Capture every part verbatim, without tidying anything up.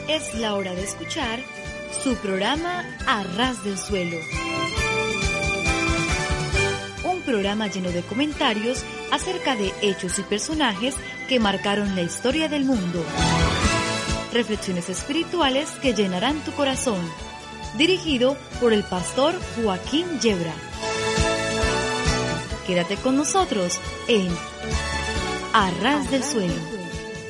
Es la hora de escuchar su programa A Ras del Suelo. Un programa lleno de comentarios acerca de hechos y personajes que marcaron la historia del mundo. Reflexiones espirituales que llenarán tu corazón. Dirigido por el pastor Joaquín Yebra. Quédate con nosotros en A Ras del Suelo.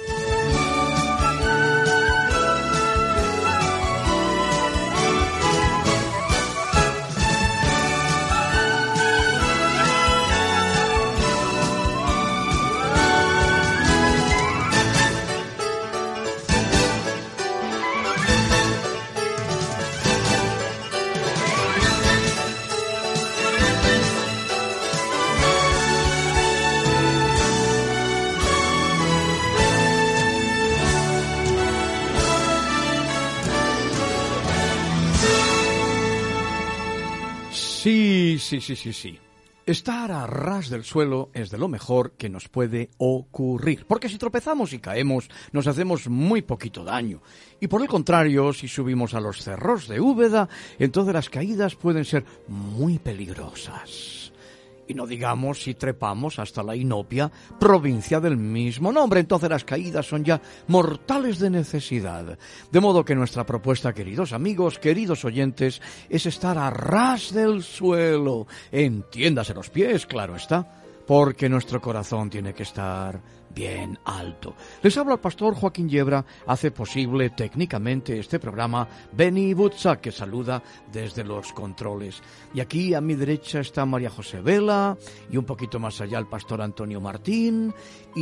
Sí, sí, sí, sí, sí. Estar a ras del suelo es de lo mejor que nos puede ocurrir, porque si tropezamos y caemos, nos hacemos muy poquito daño. Y por el contrario, si subimos a los cerros de Úbeda, entonces las caídas pueden ser muy peligrosas. Y no digamos si trepamos hasta la Inopia, provincia del mismo nombre, entonces las caídas son ya mortales de necesidad. De modo que nuestra propuesta, queridos amigos, queridos oyentes, es estar a ras del suelo. Entiéndase los pies, claro está, porque nuestro corazón tiene que estar bien alto. Les habla el pastor Joaquín Yebra, hace posible técnicamente este programa Beni Butza, que saluda desde los controles. Y aquí a mi derecha está María José Vela, y un poquito más allá el pastor Antonio Martín,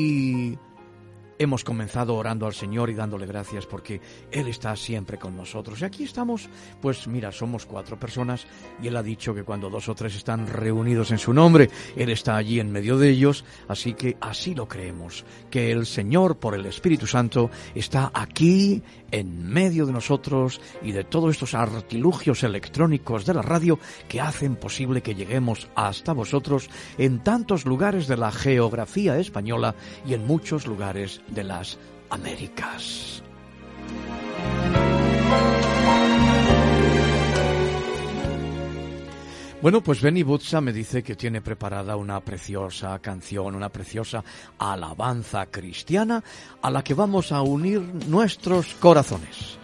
y hemos comenzado orando al Señor y dándole gracias porque Él está siempre con nosotros. Y aquí estamos, pues mira, somos cuatro personas y Él ha dicho que cuando dos o tres están reunidos en su nombre, Él está allí en medio de ellos. Así que así lo creemos, que el Señor por el Espíritu Santo está aquí en medio de nosotros y de todos estos artilugios electrónicos de la radio que hacen posible que lleguemos hasta vosotros en tantos lugares de la geografía española y en muchos lugares de las Américas. Bueno, pues Beni Butza me dice que tiene preparada una preciosa canción, una preciosa alabanza cristiana a la que vamos a unir nuestros corazones.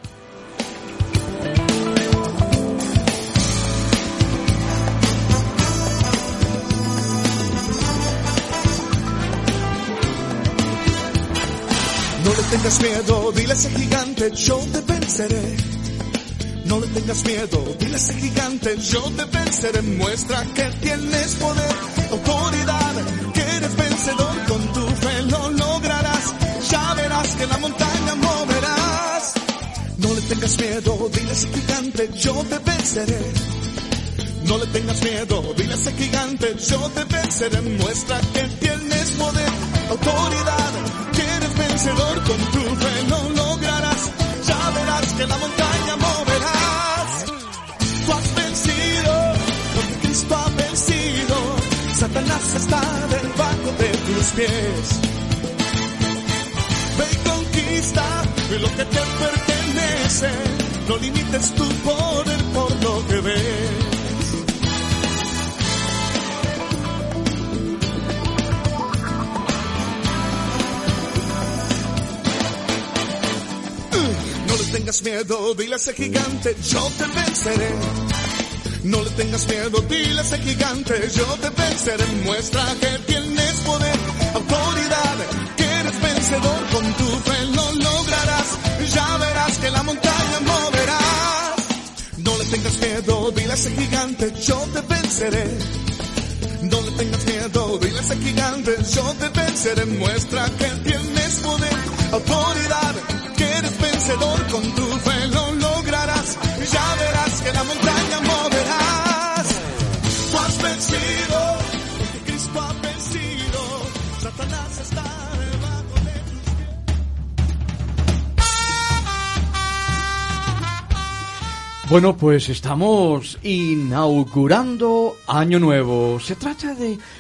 No le tengas miedo, dile a ese gigante, yo te venceré. No le tengas miedo, dile a ese gigante, yo te venceré. Muestra que tienes poder, autoridad, que eres vencedor. Con tu fe lo lograrás, ya verás que la montaña moverás. No le tengas miedo, dile a ese gigante, yo te venceré. No le tengas miedo, dile a ese gigante, yo te venceré. Muestra que tienes poder, autoridad, que eres vencedor. Con tu fe lo lograrás, ya verás que la montaña moverás. Tú has vencido, porque Cristo ha vencido. Satanás está debajo de tus pies. Ve y conquista lo que te pertenece. No limites tu poder por lo que ves. No le tengas miedo, dile a ese gigante, yo te venceré. No le tengas miedo, dile a ese gigante, yo te venceré. Muestra que tienes poder, autoridad, que eres vencedor. Con tu fe lo lograrás, ya verás que la montaña moverás. No le tengas miedo, dile a ese gigante, yo te venceré. No le tengas miedo, dile a ese gigante, yo te venceré. Muestra que tienes poder, autoridad, que eres vencedor. Con tu fe lo lograrás, ya verás que la montaña moverás. Tú has vencido, porque Cristo ha vencido. Satanás está debajo de tus pies. Bueno, pues estamos inaugurando Año Nuevo. Se trata de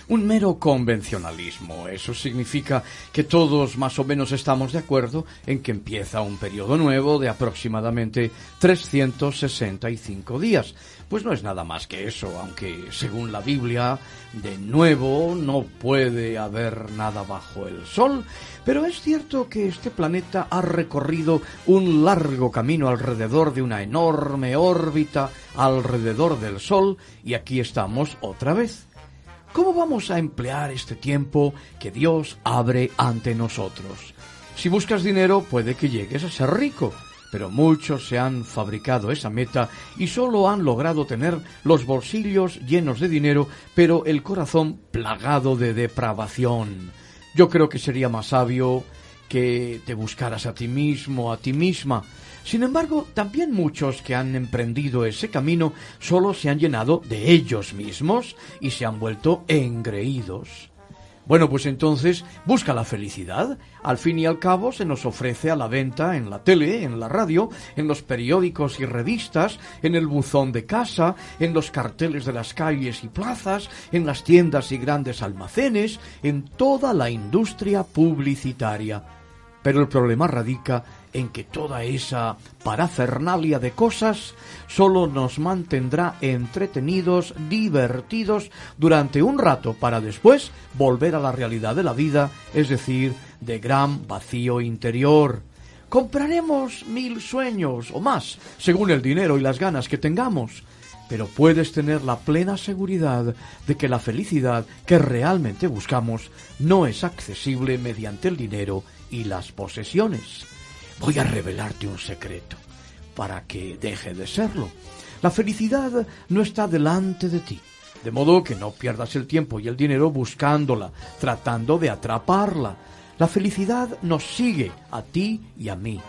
un mero convencionalismo. Eso significa que todos más o menos estamos de acuerdo en que empieza un periodo nuevo de aproximadamente trescientos sesenta y cinco días. Pues no es nada más que eso, aunque según la Biblia, de nuevo no puede haber nada bajo el sol. Pero es cierto que este planeta ha recorrido un largo camino alrededor de una enorme órbita alrededor del sol y aquí estamos otra vez. ¿Cómo vamos a emplear este tiempo que Dios abre ante nosotros? Si buscas dinero, puede que llegues a ser rico, pero muchos se han fabricado esa meta y solo han logrado tener los bolsillos llenos de dinero, pero el corazón plagado de depravación. Yo creo que sería más sabio que te buscaras a ti mismo, a ti misma. Sin embargo, también muchos que han emprendido ese camino solo se han llenado de ellos mismos y se han vuelto engreídos. Bueno, pues entonces, busca la felicidad. Al fin y al cabo se nos ofrece a la venta en la tele, en la radio, en los periódicos y revistas, en el buzón de casa, en los carteles de las calles y plazas, en las tiendas y grandes almacenes, en toda la industria publicitaria. Pero el problema radica en que toda esa parafernalia de cosas solo nos mantendrá entretenidos, divertidos durante un rato para después volver a la realidad de la vida, es decir, de gran vacío interior. Compraremos mil sueños o más, según el dinero y las ganas que tengamos, pero puedes tener la plena seguridad de que la felicidad que realmente buscamos no es accesible mediante el dinero y las posesiones. Voy a revelarte un secreto para que deje de serlo. La felicidad no está delante de ti, de modo que no pierdas el tiempo y el dinero buscándola, tratando de atraparla. La felicidad nos sigue a ti y a mí.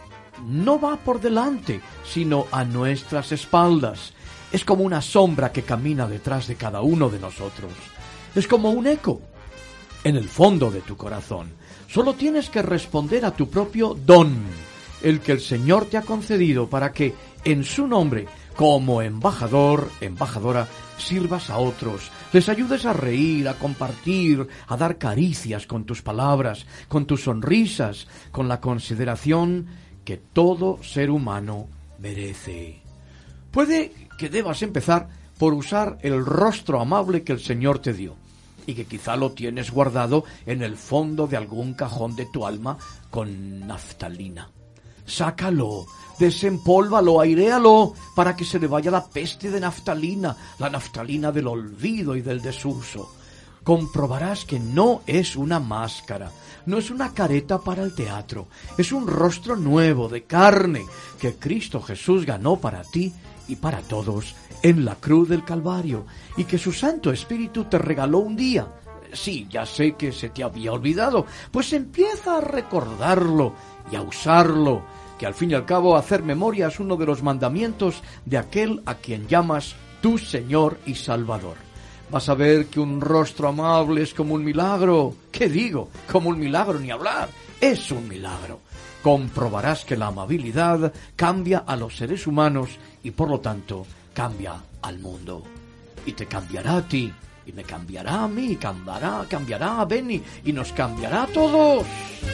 No va por delante, sino a nuestras espaldas. Es como una sombra que camina detrás de cada uno de nosotros. Es como un eco en el fondo de tu corazón. Solo tienes que responder a tu propio don, el que el Señor te ha concedido para que, en su nombre, como embajador, embajadora, sirvas a otros, les ayudes a reír, a compartir, a dar caricias con tus palabras, con tus sonrisas, con la consideración que todo ser humano merece. Puede que debas empezar por usar el rostro amable que el Señor te dio, y que quizá lo tienes guardado en el fondo de algún cajón de tu alma con naftalina. Sácalo, desempólvalo, airéalo, para que se le vaya la peste de naftalina, la naftalina del olvido y del desuso. Comprobarás que no es una máscara, no es una careta para el teatro, es un rostro nuevo de carne que Cristo Jesús ganó para ti y para todos en la cruz del Calvario, y que su Santo Espíritu te regaló un día. Sí, ya sé que se te había olvidado, pues empieza a recordarlo y a usarlo, que al fin y al cabo hacer memoria es uno de los mandamientos de aquel a quien llamas tu Señor y Salvador. Vas a ver que un rostro amable es como un milagro. ¿Qué digo? Como un milagro, ni hablar. Es un milagro. Comprobarás que la amabilidad cambia a los seres humanos y por lo tanto cambia al mundo. Y te cambiará a ti, y me cambiará a mí, cambiará, cambiará a Benny, y nos cambiará a todos.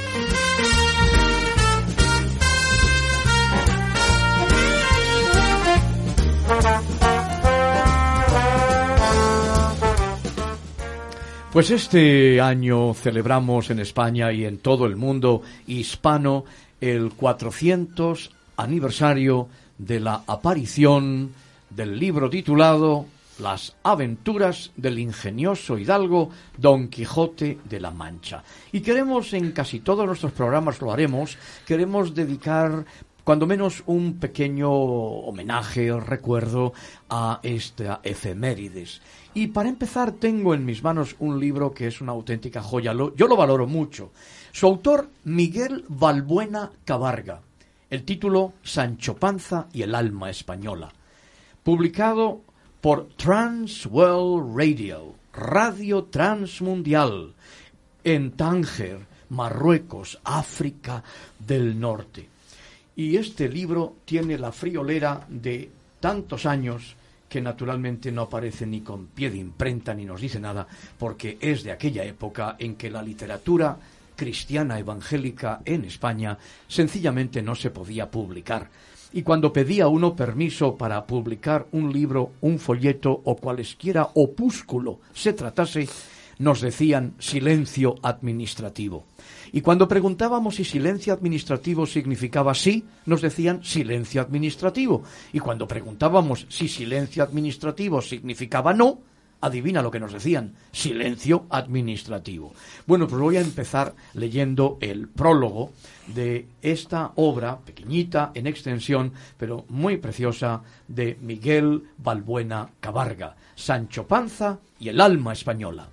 Pues este año celebramos en España y en todo el mundo hispano el cuatrocientos aniversario de la aparición del libro titulado Las aventuras del ingenioso hidalgo Don Quijote de la Mancha. Y queremos, en casi todos nuestros programas lo haremos, queremos dedicar cuando menos un pequeño homenaje o recuerdo a esta efemérides. Y para empezar tengo en mis manos un libro que es una auténtica joya, lo, yo lo valoro mucho. Su autor, Miguel Valbuena Cabarga. El título, Sancho Panza y el alma española. Publicado por Transworld Radio, Radio Transmundial, en Tánger, Marruecos, África del Norte. Y este libro tiene la friolera de tantos años que naturalmente no aparece ni con pie de imprenta ni nos dice nada, porque es de aquella época en que la literatura cristiana evangélica en España sencillamente no se podía publicar. Y cuando pedía uno permiso para publicar un libro, un folleto o cualesquiera opúsculo se tratase, nos decían silencio administrativo. Y cuando preguntábamos si silencio administrativo significaba sí, nos decían silencio administrativo. Y cuando preguntábamos si silencio administrativo significaba no, adivina lo que nos decían, silencio administrativo. Bueno, pues voy a empezar leyendo el prólogo de esta obra, pequeñita en extensión, pero muy preciosa, de Miguel Balbuena Cabarga, Sancho Panza y el alma española.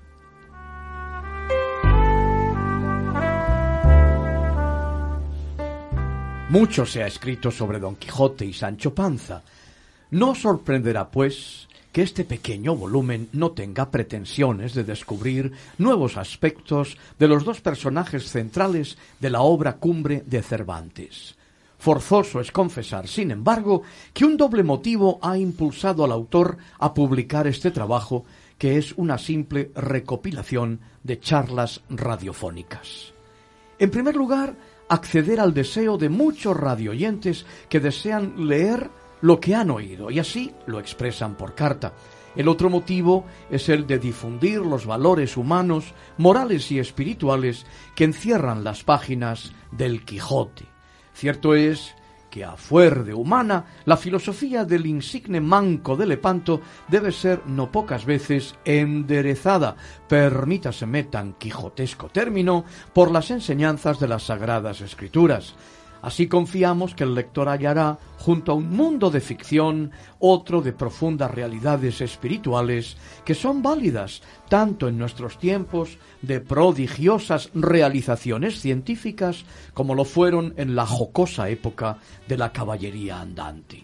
Mucho se ha escrito sobre Don Quijote y Sancho Panza. No sorprenderá, pues, que este pequeño volumen no tenga pretensiones de descubrir nuevos aspectos de los dos personajes centrales de la obra cumbre de Cervantes. Forzoso es confesar, sin embargo, que un doble motivo ha impulsado al autor a publicar este trabajo, que es una simple recopilación de charlas radiofónicas. En primer lugar, acceder al deseo de muchos radioyentes que desean leer lo que han oído y así lo expresan por carta. El otro motivo es el de difundir los valores humanos, morales y espirituales que encierran las páginas del Quijote. Cierto es que a fuer de humana, la filosofía del insigne Manco de Lepanto debe ser no pocas veces enderezada, permítaseme tan quijotesco término, por las enseñanzas de las Sagradas Escrituras. Así confiamos que el lector hallará, junto a un mundo de ficción, otro de profundas realidades espirituales que son válidas tanto en nuestros tiempos de prodigiosas realizaciones científicas como lo fueron en la jocosa época de la caballería andante.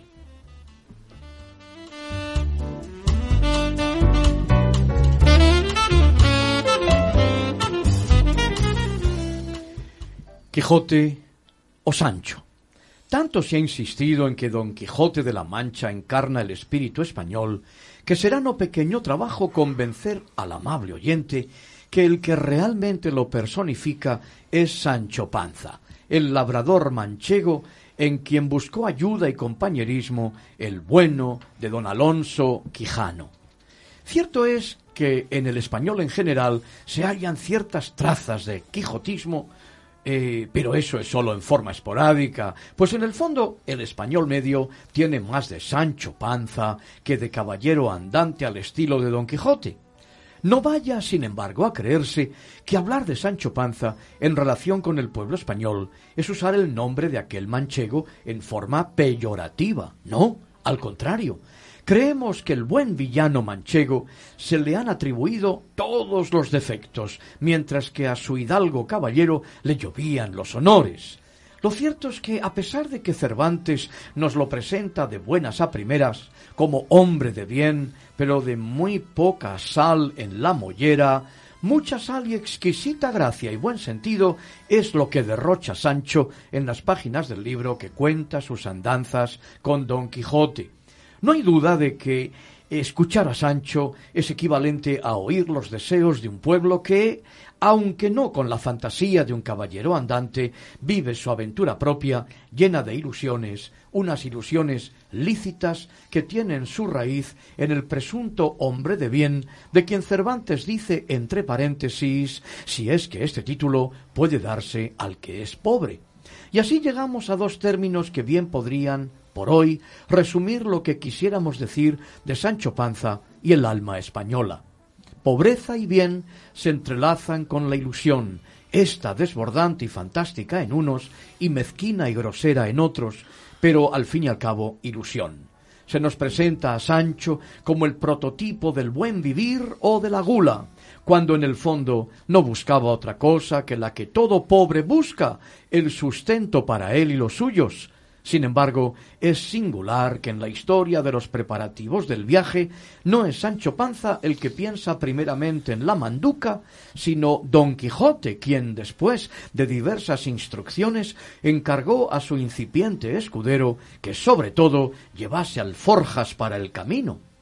Quijote o Sancho. Tanto se ha insistido en que Don Quijote de la Mancha encarna el espíritu español, que será no pequeño trabajo convencer al amable oyente que el que realmente lo personifica es Sancho Panza, el labrador manchego en quien buscó ayuda y compañerismo el bueno de don Alonso Quijano. Cierto es que en el español en general se hallan ciertas trazas de quijotismo, Eh, pero eso es solo en forma esporádica, pues en el fondo el español medio tiene más de Sancho Panza que de caballero andante al estilo de Don Quijote. No vaya, sin embargo, a creerse que hablar de Sancho Panza en relación con el pueblo español es usar el nombre de aquel manchego en forma peyorativa. No, al contrario. Creemos que el buen villano manchego se le han atribuido todos los defectos, mientras que a su hidalgo caballero le llovían los honores. Lo cierto es que, a pesar de que Cervantes nos lo presenta de buenas a primeras, como hombre de bien, pero de muy poca sal en la mollera, mucha sal y exquisita gracia y buen sentido es lo que derrocha Sancho en las páginas del libro que cuenta sus andanzas con Don Quijote. No hay duda de que escuchar a Sancho es equivalente a oír los deseos de un pueblo que, aunque no con la fantasía de un caballero andante, vive su aventura propia, llena de ilusiones, unas ilusiones lícitas que tienen su raíz en el presunto hombre de bien, de quien Cervantes dice, entre paréntesis, si es que este título puede darse al que es pobre. Y así llegamos a dos términos que bien podrían, por hoy, resumir lo que quisiéramos decir de Sancho Panza y el alma española. Pobreza y bien se entrelazan con la ilusión, esta desbordante y fantástica en unos y mezquina y grosera en otros, pero al fin y al cabo ilusión. Se nos presenta a Sancho como el prototipo del buen vivir o de la gula, cuando en el fondo no buscaba otra cosa que la que todo pobre busca, el sustento para él y los suyos. Sin embargo, es singular que en la historia de los preparativos del viaje no es Sancho Panza el que piensa primeramente en la manduca, sino Don Quijote quien, después de diversas instrucciones, encargó a su incipiente escudero que, sobre todo, llevase alforjas para el camino.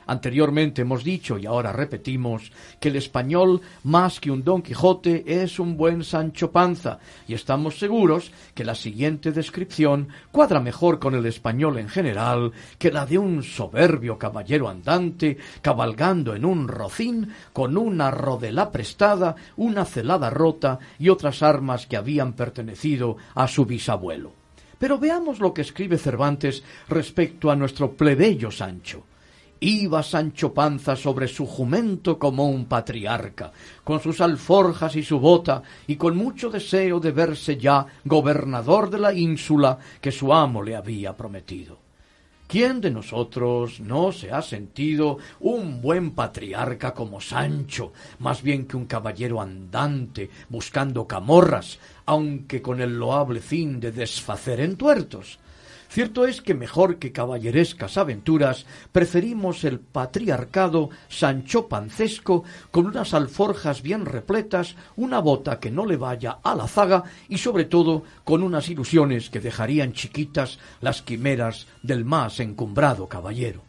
Anteriormente hemos dicho, y ahora repetimos, que el español, más que un Don Quijote, es un buen Sancho Panza, y estamos seguros que la siguiente descripción cuadra mejor con el español en general que la de un soberbio caballero andante, cabalgando en un rocín, con una rodela prestada, una celada rota y otras armas que habían pertenecido a su bisabuelo. Pero veamos lo que escribe Cervantes respecto a nuestro plebeyo Sancho. Iba Sancho Panza sobre su jumento como un patriarca, con sus alforjas y su bota, y con mucho deseo de verse ya gobernador de la ínsula que su amo le había prometido. ¿Quién de nosotros no se ha sentido un buen patriarca como Sancho, más bien que un caballero andante buscando camorras, aunque con el loable fin de desfacer entuertos? Cierto es que mejor que caballerescas aventuras preferimos el patriarcado sanchopancesco, con unas alforjas bien repletas, una bota que no le vaya a la zaga y sobre todo con unas ilusiones que dejarían chiquitas las quimeras del más encumbrado caballero.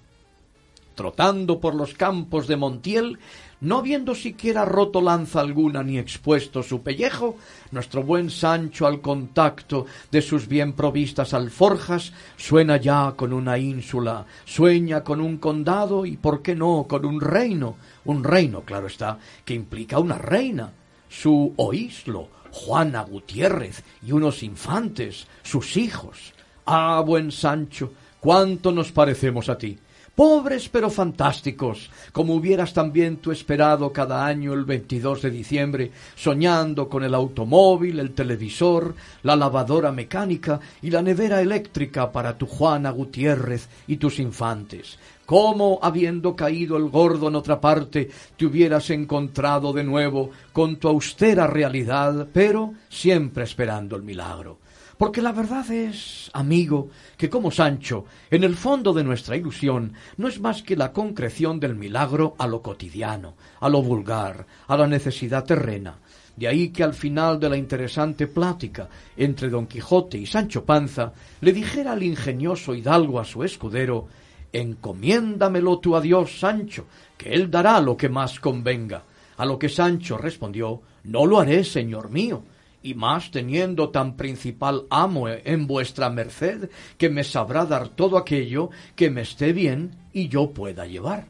Trotando por los campos de Montiel, no habiendo siquiera roto lanza alguna ni expuesto su pellejo, nuestro buen Sancho, al contacto de sus bien provistas alforjas, suena ya con una ínsula, sueña con un condado y, ¿por qué no?, con un reino. Un reino, claro está, que implica una reina, su oíslo, Juana Gutiérrez, y unos infantes, sus hijos. Ah, buen Sancho, cuánto nos parecemos a ti. Pobres pero fantásticos, como hubieras también tú esperado cada año el veintidós de diciembre, soñando con el automóvil, el televisor, la lavadora mecánica y la nevera eléctrica para tu Juana Gutiérrez y tus infantes. Cómo, habiendo caído el gordo en otra parte, te hubieras encontrado de nuevo con tu austera realidad, pero siempre esperando el milagro. Porque la verdad es, amigo, que como Sancho, en el fondo de nuestra ilusión no es más que la concreción del milagro a lo cotidiano, a lo vulgar, a la necesidad terrena. De ahí que al final de la interesante plática entre Don Quijote y Sancho Panza le dijera al ingenioso hidalgo a su escudero: «Encomiéndamelo tú a Dios, Sancho, que él dará lo que más convenga». A lo que Sancho respondió: «No lo haré, señor mío, y más teniendo tan principal amo en vuestra merced, que me sabrá dar todo aquello que me esté bien y yo pueda llevar».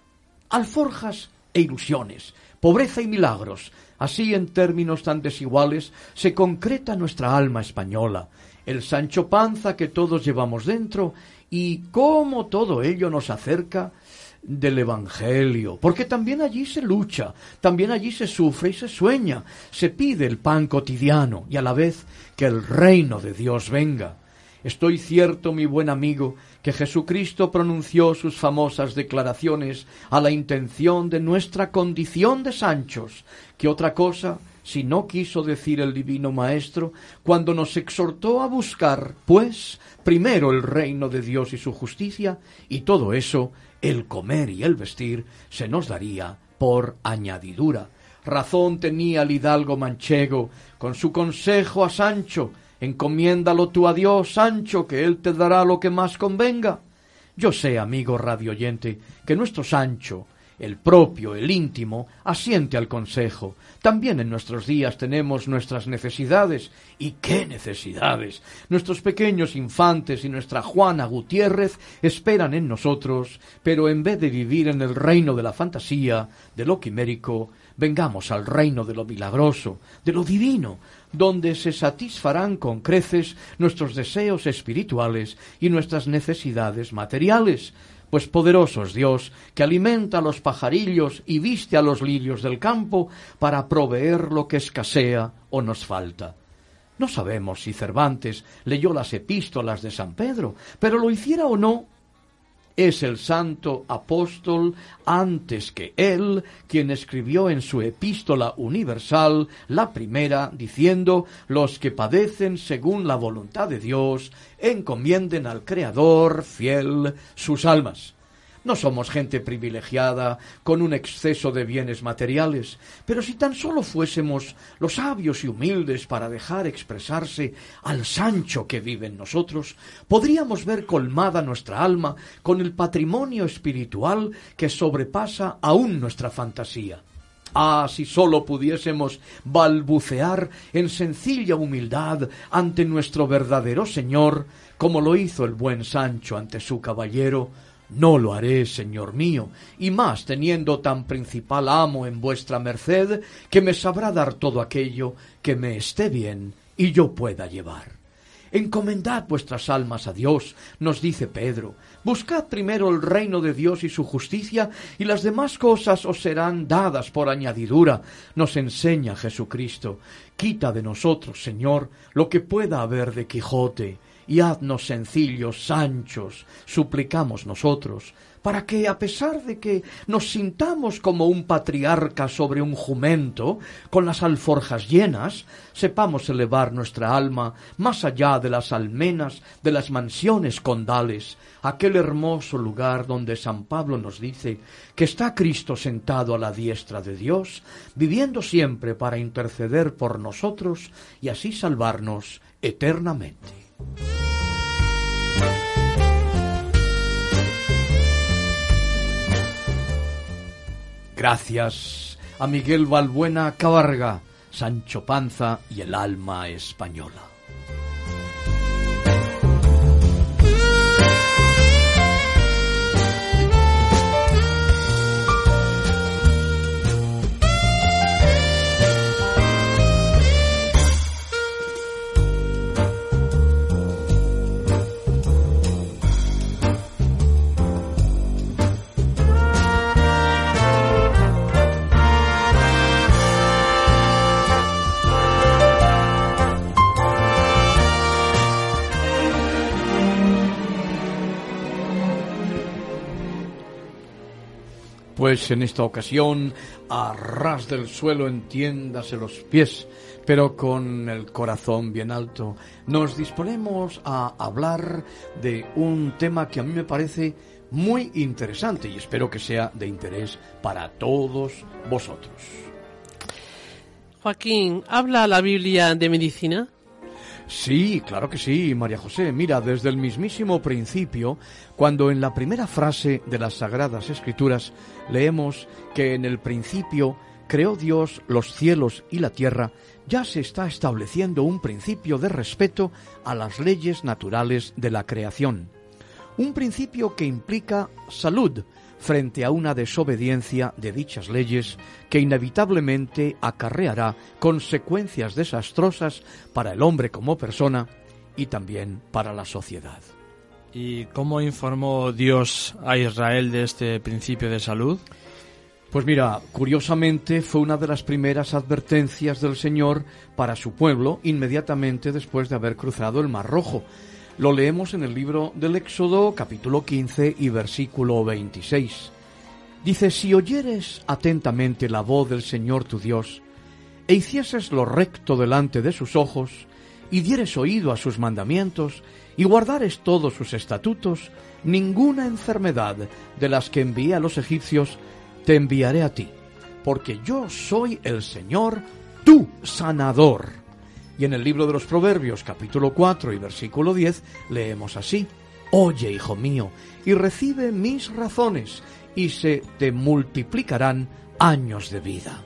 Alforjas e ilusiones, pobreza y milagros, así en términos tan desiguales se concreta nuestra alma española, el Sancho Panza que todos llevamos dentro, y cómo todo ello nos acerca del Evangelio, porque también allí se lucha, también allí se sufre y se sueña, se pide el pan cotidiano y a la vez que el reino de Dios venga. Estoy cierto, mi buen amigo, que Jesucristo pronunció sus famosas declaraciones a la intención de nuestra condición de Sanchos, que otra cosa si no quiso decir el divino Maestro, cuando nos exhortó a buscar, pues, primero el reino de Dios y su justicia, y todo eso, el comer y el vestir, se nos daría por añadidura. Razón tenía el hidalgo manchego con su consejo a Sancho: «Encomiéndalo tú a Dios, Sancho, que él te dará lo que más convenga». Yo sé, amigo radioyente, que nuestro Sancho, el propio, el íntimo, asiente al consejo. También en nuestros días tenemos nuestras necesidades. ¿Y qué necesidades? Nuestros pequeños infantes y nuestra Juana Gutiérrez esperan en nosotros, pero en vez de vivir en el reino de la fantasía, de lo quimérico, vengamos al reino de lo milagroso, de lo divino, donde se satisfarán con creces nuestros deseos espirituales y nuestras necesidades materiales. Pues poderoso es Dios, que alimenta a los pajarillos y viste a los lirios del campo para proveer lo que escasea o nos falta. No sabemos si Cervantes leyó las epístolas de San Pedro, pero lo hiciera o no, es el santo apóstol antes que él quien escribió en su epístola universal, la primera, diciendo: «Los que padecen según la voluntad de Dios, encomienden al Creador fiel sus almas». No somos gente privilegiada con un exceso de bienes materiales, pero si tan solo fuésemos los sabios y humildes para dejar expresarse al Sancho que vive en nosotros, podríamos ver colmada nuestra alma con el patrimonio espiritual que sobrepasa aún nuestra fantasía. Ah, si sólo pudiésemos balbucear en sencilla humildad ante nuestro verdadero Señor, como lo hizo el buen Sancho ante su caballero. No lo haré, señor mío, y más teniendo tan principal amo en vuestra merced, que me sabrá dar todo aquello que me esté bien y yo pueda llevar. Encomendad vuestras almas a Dios, nos dice Pedro. Buscad primero el reino de Dios y su justicia, y las demás cosas os serán dadas por añadidura, nos enseña Jesucristo. Quita de nosotros, Señor, lo que pueda haber de Quijote, y haznos sencillos, Sanchos, suplicamos nosotros, para que, a pesar de que nos sintamos como un patriarca sobre un jumento, con las alforjas llenas, sepamos elevar nuestra alma más allá de las almenas de las mansiones condales, aquel hermoso lugar donde San Pablo nos dice que está Cristo sentado a la diestra de Dios, viviendo siempre para interceder por nosotros y así salvarnos eternamente. Gracias a Miguel Balbuena Cabarga, Sancho Panza y el alma española. Pues en esta ocasión, a ras del suelo, entiéndase los pies, pero con el corazón bien alto, nos disponemos a hablar de un tema que a mí me parece muy interesante y espero que sea de interés para todos vosotros. Joaquín, ¿habla la Biblia de medicina? Sí, claro que sí, María José. Mira, desde el mismísimo principio, cuando en la primera frase de las Sagradas Escrituras leemos que en el principio creó Dios los cielos y la tierra, ya se está estableciendo un principio de respeto a las leyes naturales de la creación. Un principio que implica salud frente a una desobediencia de dichas leyes que inevitablemente acarreará consecuencias desastrosas para el hombre como persona y también para la sociedad. ¿Y cómo informó Dios a Israel de este principio de salud? Pues mira, curiosamente fue una de las primeras advertencias del Señor para su pueblo inmediatamente después de haber cruzado el Mar Rojo. Lo leemos en el libro del Éxodo, capítulo quince y versículo veintiséis. Dice: si oyeres atentamente la voz del Señor tu Dios, e hicieses lo recto delante de sus ojos, y dieres oído a sus mandamientos, y guardares todos sus estatutos, ninguna enfermedad de las que envié a los egipcios te enviaré a ti, porque yo soy el Señor, tu sanador. Y en el libro de los Proverbios, capítulo cuatro y versículo diez, leemos así: oye, hijo mío, y recibe mis razones, y se te multiplicarán años de vida.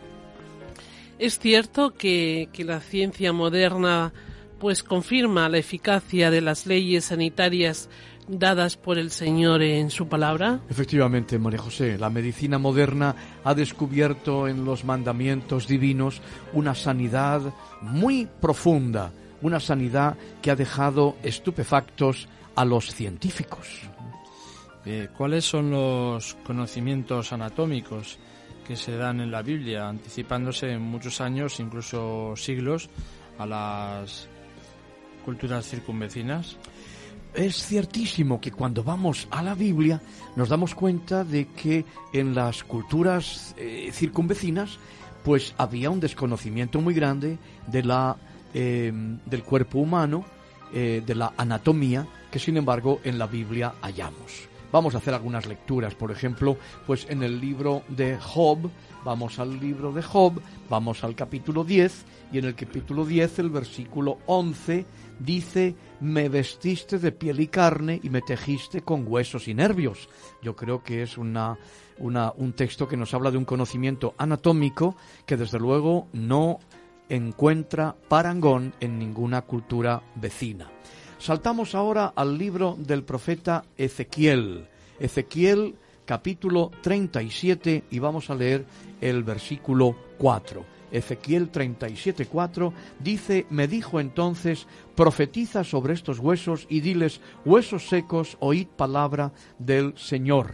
Es cierto que, que la ciencia moderna pues confirma la eficacia de las leyes sanitarias dadas por el Señor en su palabra. Efectivamente, María José, la medicina moderna ha descubierto en los mandamientos divinos una sanidad muy profunda, una sanidad que ha dejado estupefactos a los científicos. Eh, ¿Cuáles son los conocimientos anatómicos que se dan en la Biblia, anticipándose en muchos años, incluso siglos, a las culturas circunvecinas? Es ciertísimo que cuando vamos a la Biblia nos damos cuenta de que en las culturas eh, circunvecinas pues había un desconocimiento muy grande de la eh, del cuerpo humano, eh, de la anatomía, que sin embargo en la Biblia hallamos. vamos a hacer algunas lecturas. Por ejemplo, pues en el libro de Job, vamos al libro de Job, vamos al capítulo diez, y en el capítulo diez, el versículo once, dice: me vestiste de piel y carne y me tejiste con huesos y nervios. Yo creo que es una, una, un texto que nos habla de un conocimiento anatómico que desde luego no encuentra parangón en ninguna cultura vecina. Saltamos ahora al libro del profeta Ezequiel. Ezequiel capítulo treinta y siete, y vamos a leer el versículo cuatro. Ezequiel treinta y siete, cuatro dice: me dijo entonces, profetiza sobre estos huesos y diles: huesos secos, oíd palabra del Señor.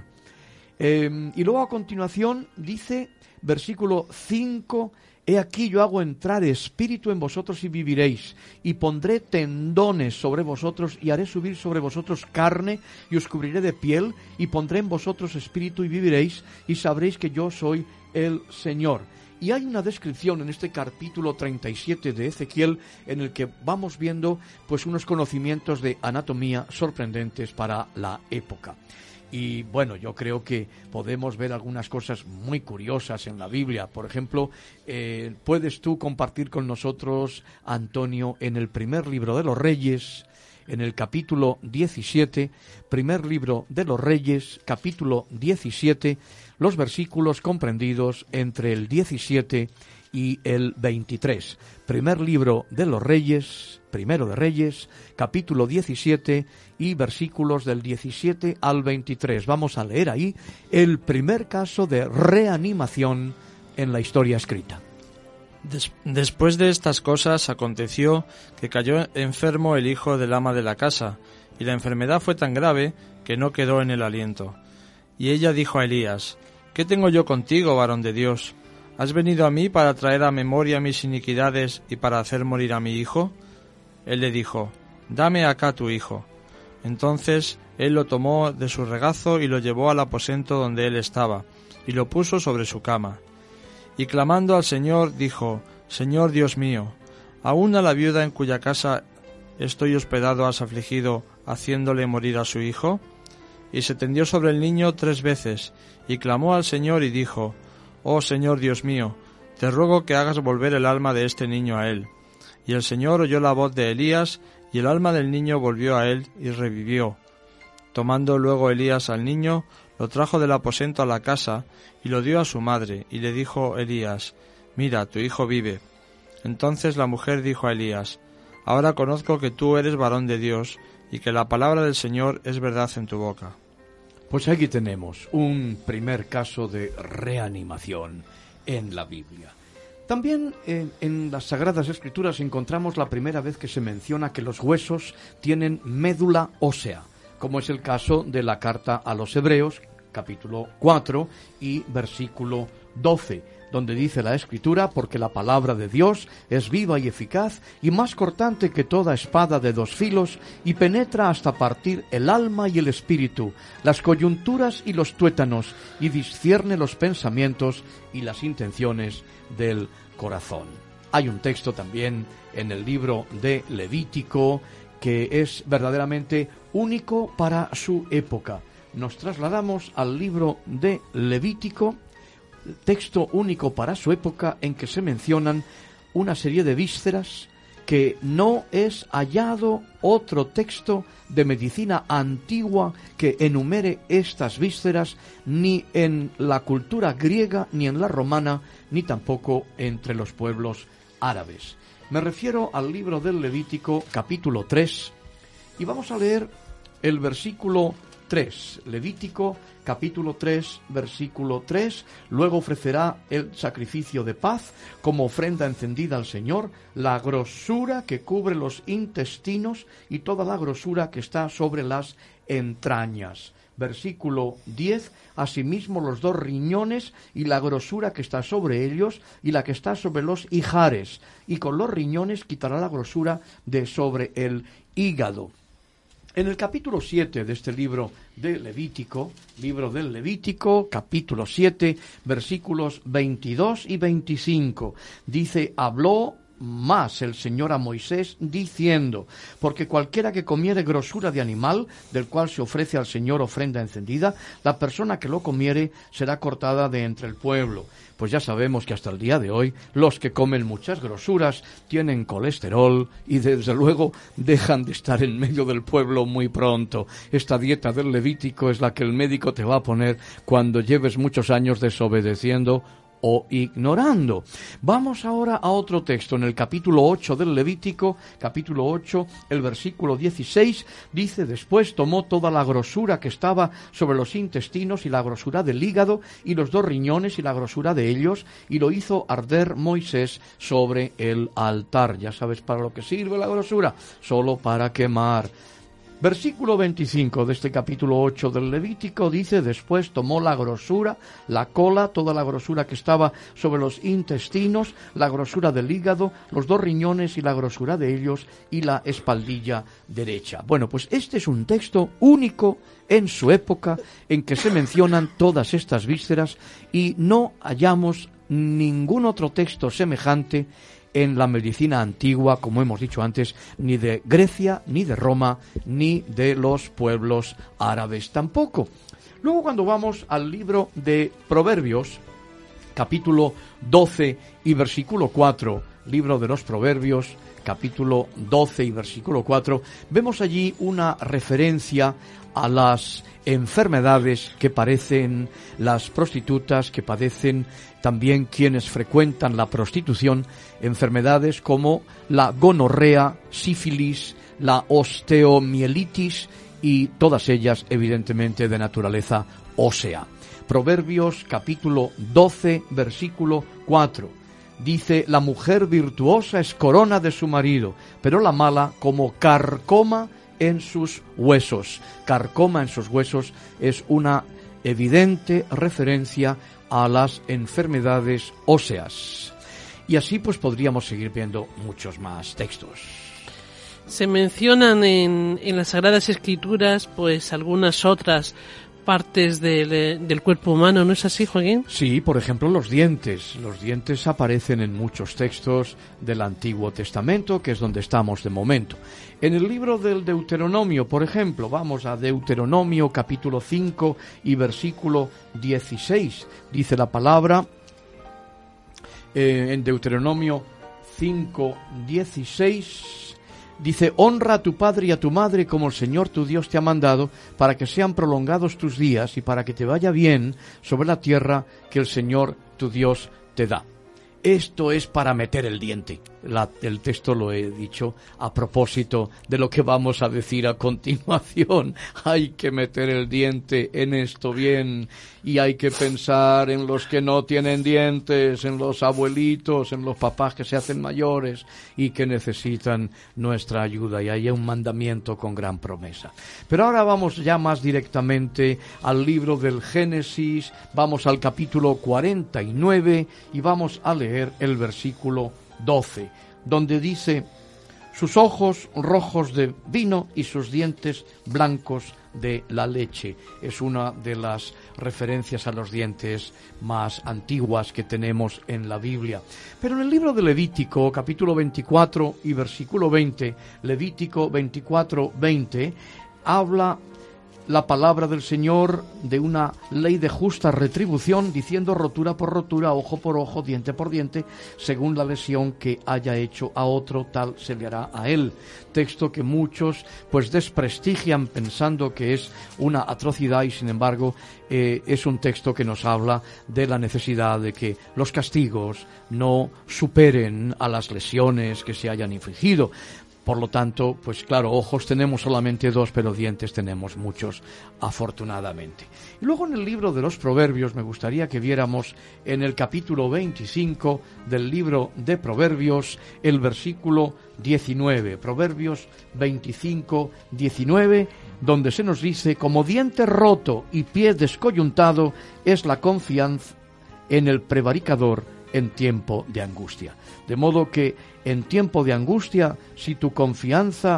Eh, y luego a continuación dice, versículo cinco: he aquí yo hago entrar espíritu en vosotros y viviréis, y pondré tendones sobre vosotros, y haré subir sobre vosotros carne, y os cubriré de piel, y pondré en vosotros espíritu y viviréis, y sabréis que yo soy el Señor. Y hay una descripción en este capítulo treinta y siete de Ezequiel en el que vamos viendo pues unos conocimientos de anatomía sorprendentes para la época. Y bueno, yo creo que podemos ver algunas cosas muy curiosas en la Biblia. Por ejemplo, eh, ¿puedes tú compartir con nosotros, Antonio, en el primer libro de los Reyes, en el capítulo diecisiete, primer libro de los Reyes, capítulo diecisiete, los versículos comprendidos entre el diecisiete y el veintitrés? Primer libro de los Reyes, primero de Reyes, capítulo diecisiete y versículos del diecisiete al veintitrés. Vamos a leer ahí el primer caso de reanimación en la historia escrita. Des- después de estas cosas aconteció que cayó enfermo el hijo del ama de la casa, y la enfermedad fue tan grave que no quedó en el aliento. Y ella dijo a Elías: ¿qué tengo yo contigo, varón de Dios? ¿Has venido a mí para traer a memoria mis iniquidades y para hacer morir a mi hijo? Él le dijo: dame acá tu hijo. Entonces él lo tomó de su regazo y lo llevó al aposento donde él estaba, y lo puso sobre su cama. Y clamando al Señor, dijo: Señor Dios mío, ¿aún a la viuda en cuya casa estoy hospedado has afligido, haciéndole morir a su hijo? Y se tendió sobre el niño tres veces, y clamó al Señor y dijo: Oh Señor Dios mío, te ruego que hagas volver el alma de este niño a él. Y el Señor oyó la voz de Elías, y el alma del niño volvió a él y revivió. Tomando luego Elías al niño, lo trajo del aposento a la casa, y lo dio a su madre, y le dijo Elías: Mira, tu hijo vive. Entonces la mujer dijo a Elías: Ahora conozco que tú eres varón de Dios, y que la palabra del Señor es verdad en tu boca. Pues aquí tenemos un primer caso de reanimación en la Biblia. También en, en las Sagradas Escrituras encontramos la primera vez que se menciona que los huesos tienen médula ósea, como es el caso de la carta a los Hebreos, capítulo cuatro y versículo doce, donde dice la Escritura: porque la palabra de Dios es viva y eficaz y más cortante que toda espada de dos filos, y penetra hasta partir el alma y el espíritu, las coyunturas y los tuétanos, y discierne los pensamientos y las intenciones del corazón. Hay un texto también en el libro de Levítico que es verdaderamente único para su época. Nos trasladamos al libro de Levítico, texto único para su época, en que se mencionan una serie de vísceras que no es hallado otro texto de medicina antigua que enumere estas vísceras, ni en la cultura griega, ni en la romana, ni tampoco entre los pueblos árabes. Me refiero al libro del Levítico, capítulo tres, y vamos a leer el versículo tres. Levítico, capítulo tres, versículo tres. Luego ofrecerá el sacrificio de paz como ofrenda encendida al Señor, la grosura que cubre los intestinos y toda la grosura que está sobre las entrañas. Versículo diez. Asimismo los dos riñones y la grosura que está sobre ellos y la que está sobre los ijares, y con los riñones quitará la grosura de sobre el hígado. En el capítulo siete de este libro de Levítico, libro del Levítico, capítulo siete, versículos veintidós y veinticinco, dice: habló más el Señor a Moisés, diciendo: porque cualquiera que comiere grosura de animal, del cual se ofrece al Señor ofrenda encendida, la persona que lo comiere será cortada de entre el pueblo. Pues ya sabemos que hasta el día de hoy los que comen muchas grosuras tienen colesterol y desde luego dejan de estar en medio del pueblo muy pronto. Esta dieta del Levítico es la que el médico te va a poner cuando lleves muchos años desobedeciendo o ignorando. Vamos ahora a otro texto, en el capítulo ocho del Levítico, capítulo ocho, el versículo dieciséis, dice: después tomó toda la grosura que estaba sobre los intestinos y la grosura del hígado y los dos riñones y la grosura de ellos, y lo hizo arder Moisés sobre el altar. Ya sabes para lo que sirve la grosura, solo para quemar. Versículo veinticinco de este capítulo ocho del Levítico dice: después tomó la grosura, la cola, toda la grosura que estaba sobre los intestinos, la grosura del hígado, los dos riñones y la grosura de ellos, y la espaldilla derecha. Bueno, pues este es un texto único en su época en que se mencionan todas estas vísceras, y no hallamos ningún otro texto semejante en la medicina antigua, como hemos dicho antes, ni de Grecia, ni de Roma, ni de los pueblos árabes tampoco. Luego, cuando vamos al libro de Proverbios, capítulo doce y versículo cuatro, libro de los Proverbios, capítulo doce y versículo cuatro, vemos allí una referencia a las enfermedades que padecen las prostitutas, que padecen también quienes frecuentan la prostitución, enfermedades como la gonorrea, sífilis, la osteomielitis y todas ellas evidentemente de naturaleza ósea. Proverbios capítulo doce, versículo cuatro. Dice: la mujer virtuosa es corona de su marido, pero la mala como carcoma en sus huesos. Carcoma en sus huesos es una evidente referencia a las enfermedades óseas. Y así pues podríamos seguir viendo muchos más textos. Se mencionan en, en las Sagradas Escrituras pues algunas otras partes del, del cuerpo humano, ¿no es así, Joaquín? Sí, por ejemplo, los dientes. Los dientes aparecen en muchos textos del Antiguo Testamento, que es donde estamos de momento. En el libro del Deuteronomio, por ejemplo, vamos a Deuteronomio capítulo cinco y versículo dieciséis. Dice la palabra eh, en Deuteronomio cinco, dieciséis... Dice: honra a tu padre y a tu madre como el Señor tu Dios te ha mandado, para que sean prolongados tus días y para que te vaya bien sobre la tierra que el Señor tu Dios te da. Esto es para meter el diente. La, el texto lo he dicho a propósito de lo que vamos a decir a continuación. Hay que meter el diente en esto bien, y hay que pensar en los que no tienen dientes, en los abuelitos, en los papás que se hacen mayores y que necesitan nuestra ayuda, y hay un mandamiento con gran promesa. Pero ahora vamos ya más directamente al libro del Génesis, vamos al capítulo cuarenta y nueve y vamos a leer el versículo doce, donde dice: sus ojos rojos de vino y sus dientes blancos de la leche. Es una de las referencias a los dientes más antiguas que tenemos en la Biblia. Pero en el libro de Levítico, capítulo veinticuatro y versículo veinte, Levítico veinticuatro, veinte, habla la palabra del Señor de una ley de justa retribución, diciendo: rotura por rotura, ojo por ojo, diente por diente, según la lesión que haya hecho a otro, tal se le hará a él. Texto que muchos pues desprestigian pensando que es una atrocidad, y sin embargo eh, es un texto que nos habla de la necesidad de que los castigos no superen a las lesiones que se hayan infligido. Por lo tanto, pues claro, ojos tenemos solamente dos, pero dientes tenemos muchos, afortunadamente. Y luego en el libro de los Proverbios me gustaría que viéramos en el capítulo veinticinco del libro de Proverbios el versículo diecinueve. Proverbios veinticinco, diecinueve, donde se nos dice: como diente roto y pie descoyuntado es la confianza en el prevaricador en tiempo de angustia. De modo que en tiempo de angustia, si tu confianza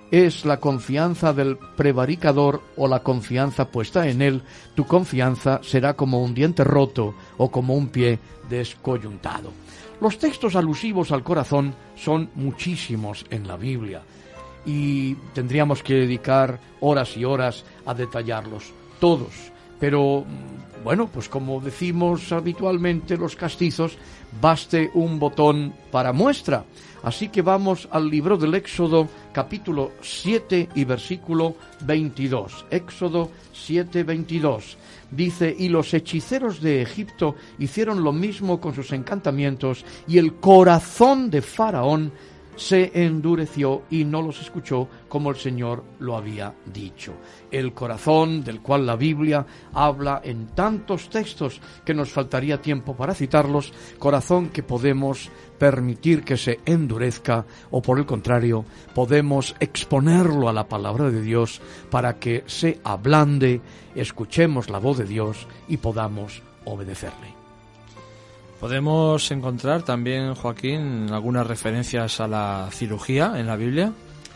es la confianza del prevaricador o la confianza puesta en él, tu confianza será como un diente roto o como un pie descoyuntado. Los textos alusivos al corazón son muchísimos en la Biblia y tendríamos que dedicar horas y horas a detallarlos todos. Pero, bueno, pues como decimos habitualmente los castizos, baste un botón para muestra. Así que vamos al libro del Éxodo, capítulo siete y versículo veintidós. Éxodo siete, veintidós. Dice, y los hechiceros de Egipto hicieron lo mismo con sus encantamientos, y el corazón de Faraón se endureció y no los escuchó como el Señor lo había dicho. El corazón del cual la Biblia habla en tantos textos que nos faltaría tiempo para citarlos, corazón que podemos permitir que se endurezca o por el contrario podemos exponerlo a la palabra de Dios para que se ablande, escuchemos la voz de Dios y podamos obedecerle. ¿Podemos encontrar también, Joaquín, algunas referencias a la cirugía en la Biblia?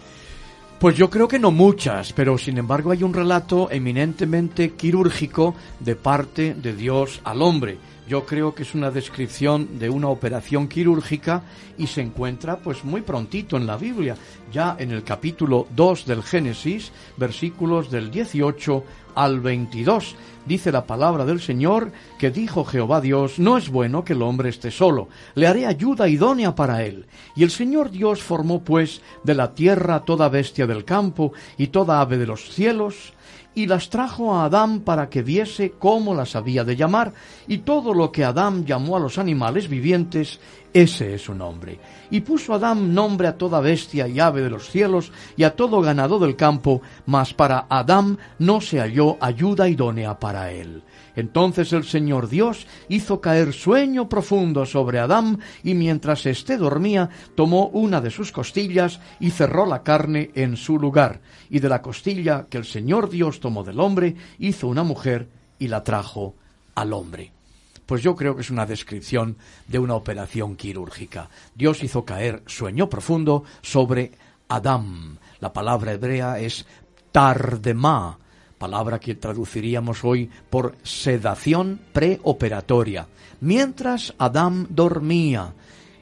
Pues yo creo que no muchas, pero sin embargo hay un relato eminentemente quirúrgico de parte de Dios al hombre. Yo creo que es una descripción de una operación quirúrgica y se encuentra pues muy prontito en la Biblia, ya en el capítulo dos del Génesis, versículos del dieciocho al veintidós. Dice la palabra del Señor que dijo Jehová Dios, no es bueno que el hombre esté solo, le haré ayuda idónea para él. Y el Señor Dios formó pues de la tierra toda bestia del campo y toda ave de los cielos, y las trajo a Adán para que viese cómo las había de llamar, y todo lo que Adán llamó a los animales vivientes, ese es su nombre. Y puso Adán nombre a toda bestia y ave de los cielos, y a todo ganado del campo, mas para Adán no se halló ayuda idónea para él. Entonces el Señor Dios hizo caer sueño profundo sobre Adán, y mientras éste dormía, tomó una de sus costillas y cerró la carne en su lugar. Y de la costilla que el Señor Dios tomó del hombre, hizo una mujer y la trajo al hombre. Pues yo creo que es una descripción de una operación quirúrgica. Dios hizo caer sueño profundo sobre Adán. La palabra hebrea es tardemá, palabra que traduciríamos hoy por sedación preoperatoria. Mientras Adán dormía,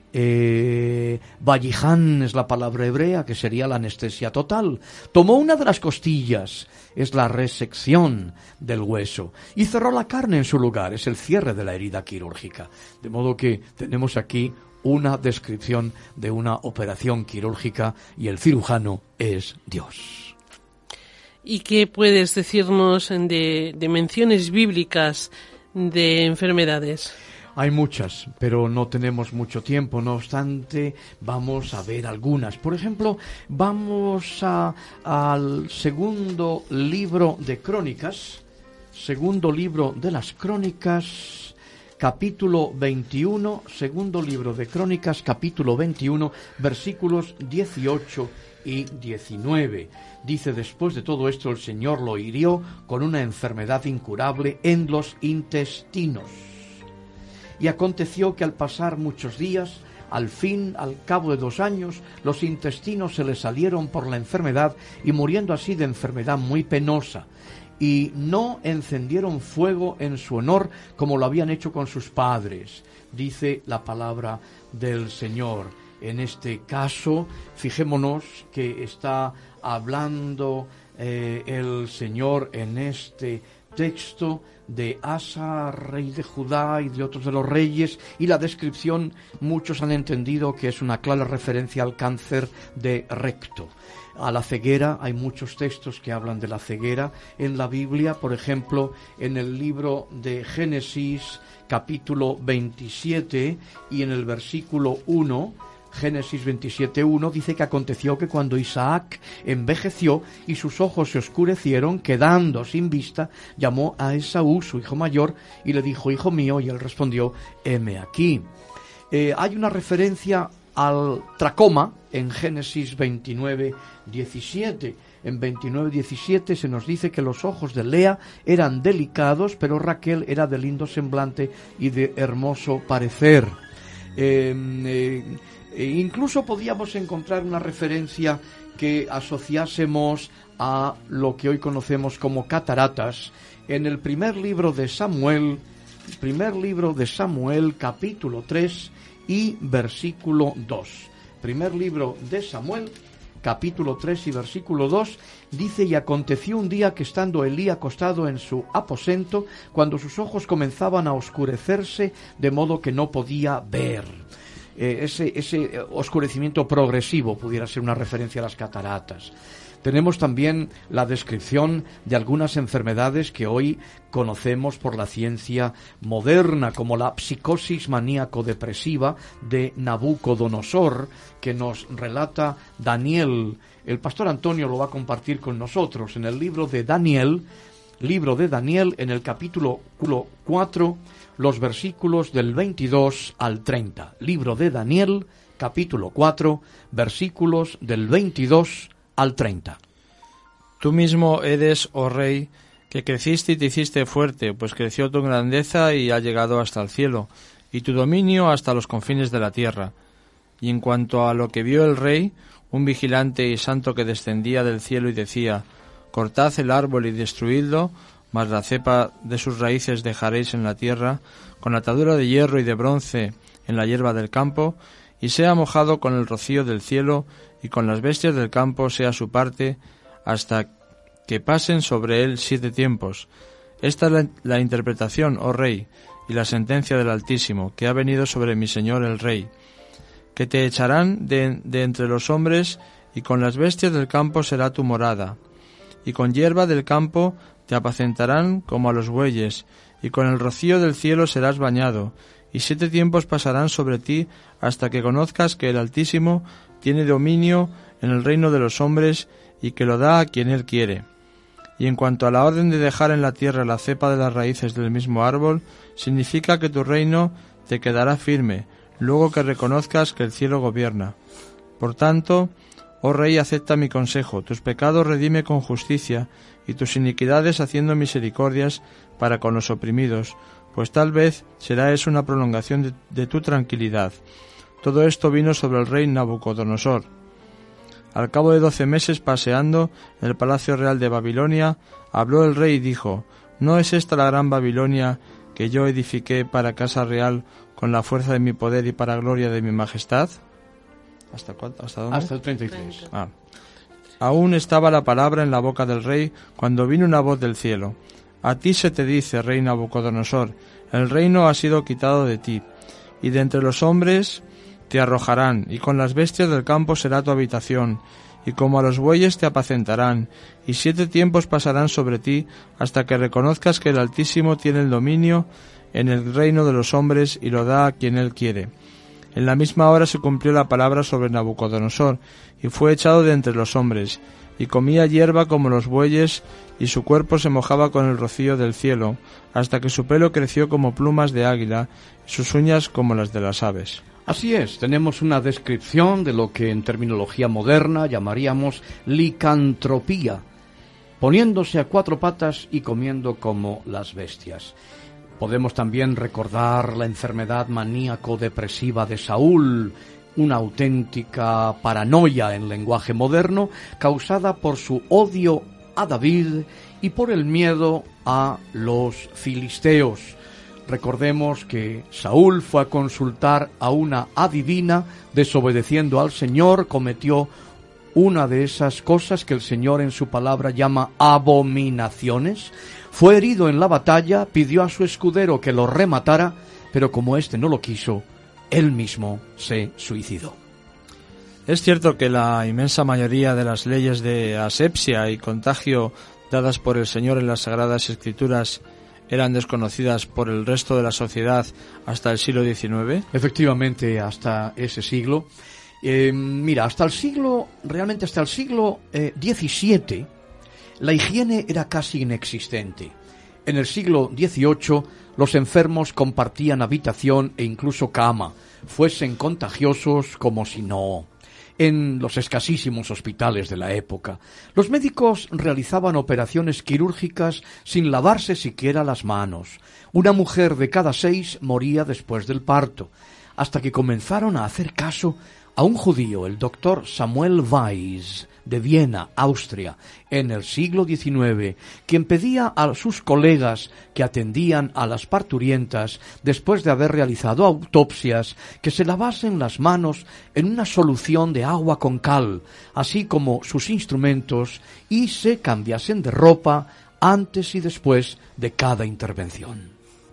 eh, Vayiján es la palabra hebrea, que sería la anestesia total. Tomó una de las costillas, es la resección del hueso, y cerró la carne en su lugar, es el cierre de la herida quirúrgica. De modo que tenemos aquí una descripción de una operación quirúrgica y el cirujano es Dios. ¿Y qué puedes decirnos de, de menciones bíblicas de enfermedades? Hay muchas, pero no tenemos mucho tiempo. No obstante, vamos a ver algunas. Por ejemplo, vamos a, al segundo libro de Crónicas, segundo libro de las Crónicas, capítulo veintiuno, segundo libro de Crónicas, capítulo veintiuno, versículos dieciocho y diecinueve. Dice, después de todo esto el Señor lo hirió con una enfermedad incurable en los intestinos. Y aconteció que al pasar muchos días, al fin, al cabo de dos años, los intestinos se le salieron por la enfermedad y muriendo así de enfermedad muy penosa. Y no encendieron fuego en su honor como lo habían hecho con sus padres, dice la palabra del Señor. En este caso, fijémonos que está hablando eh, el Señor en este texto de Asa, rey de Judá, y de otros de los reyes, y la descripción muchos han entendido que es una clara referencia al cáncer de recto. A la ceguera, hay muchos textos que hablan de la ceguera en la Biblia, por ejemplo, en el libro de Génesis, capítulo veintisiete, y en el versículo uno, Génesis veintisiete uno, dice que aconteció que cuando Isaac envejeció y sus ojos se oscurecieron, quedando sin vista, llamó a Esaú, su hijo mayor, y le dijo, hijo mío, y él respondió, heme aquí. Eh, hay una referencia al tracoma en Génesis veintinueve diecisiete. En veintinueve diecisiete se nos dice que los ojos de Lea eran delicados, pero Raquel era de lindo semblante y de hermoso parecer. Eh, eh, e incluso podíamos encontrar una referencia que asociásemos a lo que hoy conocemos como cataratas en el primer libro de Samuel, primer libro de Samuel, capítulo tres y versículo dos. Primer libro de Samuel, capítulo tres y versículo dos, dice: y aconteció un día que estando Elí acostado en su aposento, cuando sus ojos comenzaban a oscurecerse, de modo que no podía ver. Eh, ese, ese oscurecimiento progresivo pudiera ser una referencia a las cataratas. Tenemos también la descripción de algunas enfermedades que hoy conocemos por la ciencia moderna, como la psicosis maníaco-depresiva de Nabucodonosor, que nos relata Daniel. El pastor Antonio lo va a compartir con nosotros en el libro de Daniel, libro de Daniel, en el capítulo cuatro, los versículos del veintidós al treinta. Libro de Daniel, capítulo cuatro, versículos del veintidós al treinta. Tú mismo eres, oh rey, que creciste y te hiciste fuerte, pues creció tu grandeza y ha llegado hasta el cielo, y tu dominio hasta los confines de la tierra. Y en cuanto a lo que vio el rey, un vigilante y santo que descendía del cielo y decía: cortad el árbol y destruidlo, mas la cepa de sus raíces dejaréis en la tierra, con atadura de hierro y de bronce en la hierba del campo, y sea mojado con el rocío del cielo, y con las bestias del campo sea su parte, hasta que pasen sobre él siete tiempos. Esta es la, la interpretación, oh rey, y la sentencia del Altísimo, que ha venido sobre mi señor el rey, que te echarán de, de entre los hombres, y con las bestias del campo será tu morada, y con hierba del campo te apacentarán como a los bueyes, y con el rocío del cielo serás bañado, y siete tiempos pasarán sobre ti, hasta que conozcas que el Altísimo tiene dominio en el reino de los hombres, y que lo da a quien él quiere. Y en cuanto a la orden de dejar en la tierra la cepa de las raíces del mismo árbol, significa que tu reino te quedará firme, luego que reconozcas que el cielo gobierna. Por tanto, oh rey, acepta mi consejo, tus pecados redime con justicia, y tus iniquidades haciendo misericordias para con los oprimidos, pues tal vez será eso una prolongación de, de tu tranquilidad. Todo esto vino sobre el rey Nabucodonosor. Al cabo de doce meses, paseando en el palacio real de Babilonia, habló el rey y dijo: ¿no es esta la gran Babilonia que yo edifiqué para casa real con la fuerza de mi poder y para gloria de mi majestad? ¿Hasta cuánto? ¿Hasta dónde? Hasta el treinta y tres. Ah. Aún estaba la palabra en la boca del rey cuando vino una voz del cielo: a ti se te dice, rey Nabucodonosor, el reino ha sido quitado de ti, y de entre los hombres te arrojarán, y con las bestias del campo será tu habitación, y como a los bueyes te apacentarán, y siete tiempos pasarán sobre ti, hasta que reconozcas que el Altísimo tiene el dominio en el reino de los hombres, y lo da a quien él quiere. En la misma hora se cumplió la palabra sobre Nabucodonosor, y fue echado de entre los hombres, y comía hierba como los bueyes, y su cuerpo se mojaba con el rocío del cielo, hasta que su pelo creció como plumas de águila, y sus uñas como las de las aves. Así es, tenemos una descripción de lo que en terminología moderna llamaríamos licantropía, poniéndose a cuatro patas y comiendo como las bestias. Podemos también recordar la enfermedad maníaco-depresiva de Saúl, una auténtica paranoia en lenguaje moderno, causada por su odio a David y por el miedo a los filisteos. Recordemos que Saúl fue a consultar a una adivina, desobedeciendo al Señor, cometió una de esas cosas que el Señor en su palabra llama abominaciones. Fue herido en la batalla, pidió a su escudero que lo rematara, pero como éste no lo quiso, él mismo se suicidó. Es cierto que la inmensa mayoría de las leyes de asepsia y contagio dadas por el Señor en las Sagradas Escrituras eran desconocidas por el resto de la sociedad hasta el siglo diecinueve. Efectivamente, hasta ese siglo. Eh, mira, hasta el siglo, realmente hasta el siglo eh, diecisiete, la higiene era casi inexistente. En el siglo dieciocho, los enfermos compartían habitación e incluso cama, fuesen contagiosos como si no. En los escasísimos hospitales de la época, los médicos realizaban operaciones quirúrgicas sin lavarse siquiera las manos. Una mujer de cada seis moría después del parto. hasta que comenzaron a hacer caso a un judío, el doctor Samuel Weiss, de Viena, Austria, en el siglo diecinueve, quien pedía a sus colegas que atendían a las parturientas después de haber realizado autopsias que se lavasen las manos en una solución de agua con cal, así como sus instrumentos, y se cambiasen de ropa antes y después de cada intervención.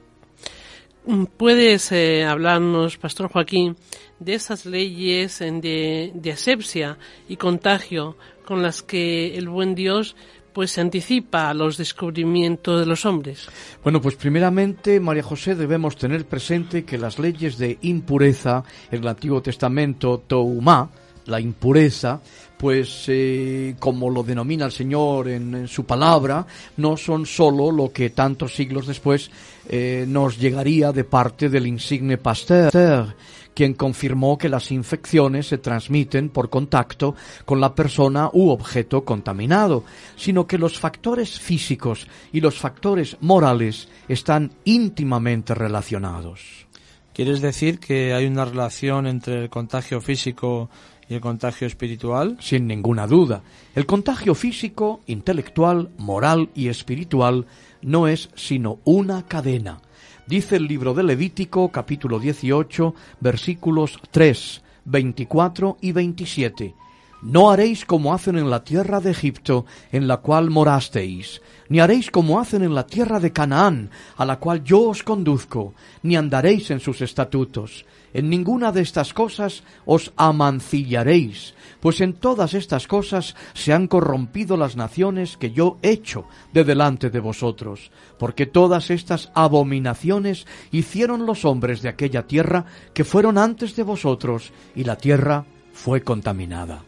¿Puedes eh, hablarnos, Pastor Joaquín, de esas leyes de, de asepsia y contagio con las que el buen Dios pues se anticipa a los descubrimientos de los hombres? Bueno, pues primeramente, María José, debemos tener presente que las leyes de impureza, en el Antiguo Testamento, toumá, la impureza, pues eh, como lo denomina el Señor en, en su palabra, no son sólo lo que tantos siglos después eh, nos llegaría de parte del insigne Pasteur, quien confirmó que las infecciones se transmiten por contacto con la persona u objeto contaminado, sino que los factores físicos y los factores morales están íntimamente relacionados. ¿Quieres decir que hay una relación entre el contagio físico y el contagio espiritual? Sin ninguna duda. El contagio físico, intelectual, moral y espiritual no es sino una cadena. Dice el libro de Levítico, capítulo dieciocho, versículos tres, veinticuatro y veintisiete. No haréis como hacen en la tierra de Egipto, en la cual morasteis, ni haréis como hacen en la tierra de Canaán, a la cual yo os conduzco, ni andaréis en sus estatutos. En ninguna de estas cosas os amancillaréis, pues en todas estas cosas se han corrompido las naciones que yo echo de delante de vosotros, porque todas estas abominaciones hicieron los hombres de aquella tierra que fueron antes de vosotros, y la tierra fue contaminada.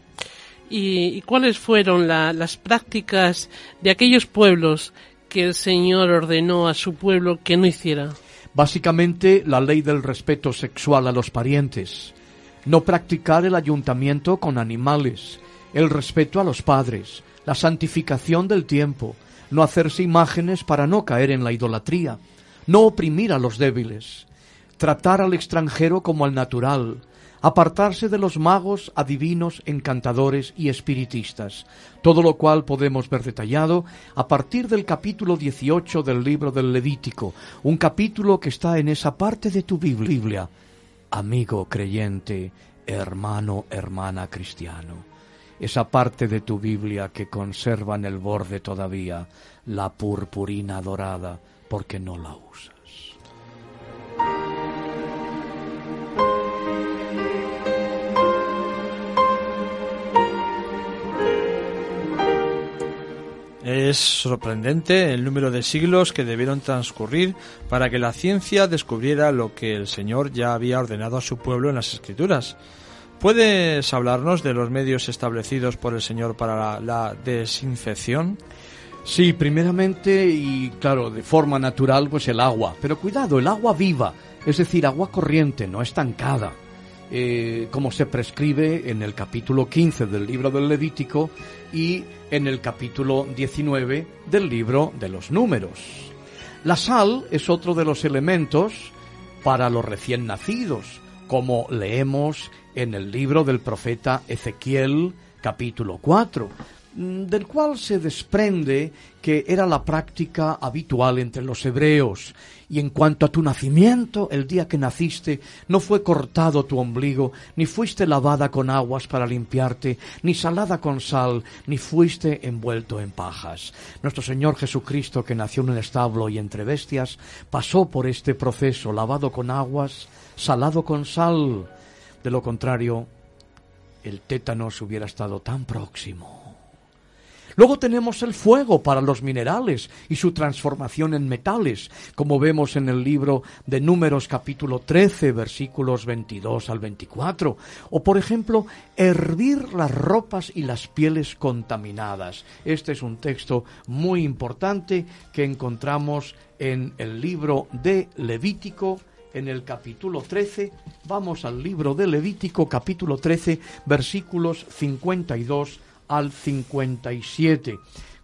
¿Y, y cuáles fueron la, las prácticas de aquellos pueblos que el Señor ordenó a su pueblo que no hiciera? Básicamente, la ley del respeto sexual a los parientes, no practicar el ayuntamiento con animales, el respeto a los padres, la santificación del tiempo, no hacerse imágenes para no caer en la idolatría, no oprimir a los débiles, tratar al extranjero como al natural, apartarse de los magos, adivinos, encantadores y espiritistas, todo lo cual podemos ver detallado a partir del capítulo dieciocho del libro del Levítico, un capítulo que está en esa parte de tu Biblia, amigo creyente, hermano, hermana cristiano, esa parte de tu Biblia que conserva en el borde todavía la purpurina dorada porque no la usas. Es sorprendente el número de siglos que debieron transcurrir para que la ciencia descubriera lo que el Señor ya había ordenado a su pueblo en las Escrituras. ¿Puedes hablarnos de los medios establecidos por el Señor para la, la desinfección? Sí, primeramente y claro, de forma natural, pues el agua. Pero cuidado, el agua viva, es decir, agua corriente, no estancada. Eh, como se prescribe en el capítulo quince del libro del Levítico y en el capítulo diecinueve del libro de los Números. La sal es otro de los elementos para los recién nacidos, como leemos en el libro del profeta Ezequiel, capítulo cuatro, del cual se desprende que era la práctica habitual entre los hebreos. Y en cuanto a tu nacimiento, el día que naciste, no fue cortado tu ombligo, ni fuiste lavada con aguas para limpiarte, ni salada con sal, ni fuiste envuelto en pajas. Nuestro Señor Jesucristo, que nació en un establo y entre bestias, pasó por este proceso, lavado con aguas, salado con sal. De lo contrario, el tétanos hubiera estado tan próximo. Luego tenemos el fuego para los minerales y su transformación en metales, como vemos en el libro de Números capítulo trece, versículos veintidós al veinticuatro. O, por ejemplo, hervir las ropas y las pieles contaminadas. Este es un texto muy importante que encontramos en el libro de Levítico, en el capítulo trece. Vamos al libro de Levítico, capítulo trece, versículos cincuenta y dos al cincuenta y siete,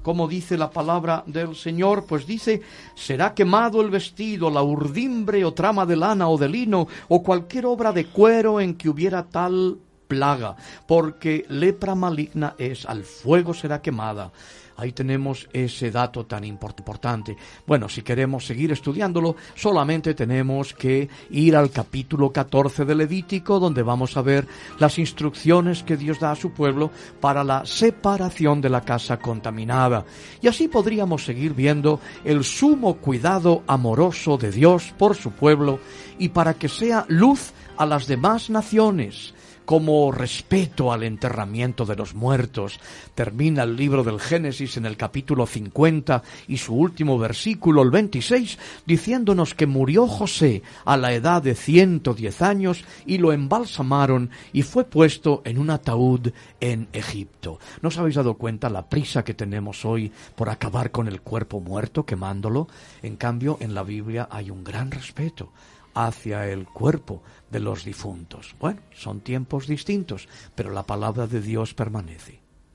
como dice la palabra del Señor, pues dice, será quemado el vestido, la urdimbre o trama de lana o de lino, o cualquier obra de cuero en que hubiera tal plaga, porque lepra maligna es, al fuego será quemada. Ahí tenemos ese dato tan importante. Bueno, si queremos seguir estudiándolo, solamente tenemos que ir al capítulo catorce de Levítico, donde vamos a ver las instrucciones que Dios da a su pueblo para la separación de la casa contaminada. Y así podríamos seguir viendo el sumo cuidado amoroso de Dios por su pueblo y para que sea luz a las demás naciones, como respeto al enterramiento de los muertos. Termina el libro del Génesis en el capítulo cincuenta y su último versículo, el veintiséis, diciéndonos que murió José a la edad de ciento diez años y lo embalsamaron y fue puesto en un ataúd en Egipto. ¿No os habéis dado cuenta la prisa que tenemos hoy por acabar con el cuerpo muerto, quemándolo? En cambio, en la Biblia hay un gran respeto hacia el cuerpo de los difuntos. Bueno, son tiempos distintos, pero la palabra de Dios permanece.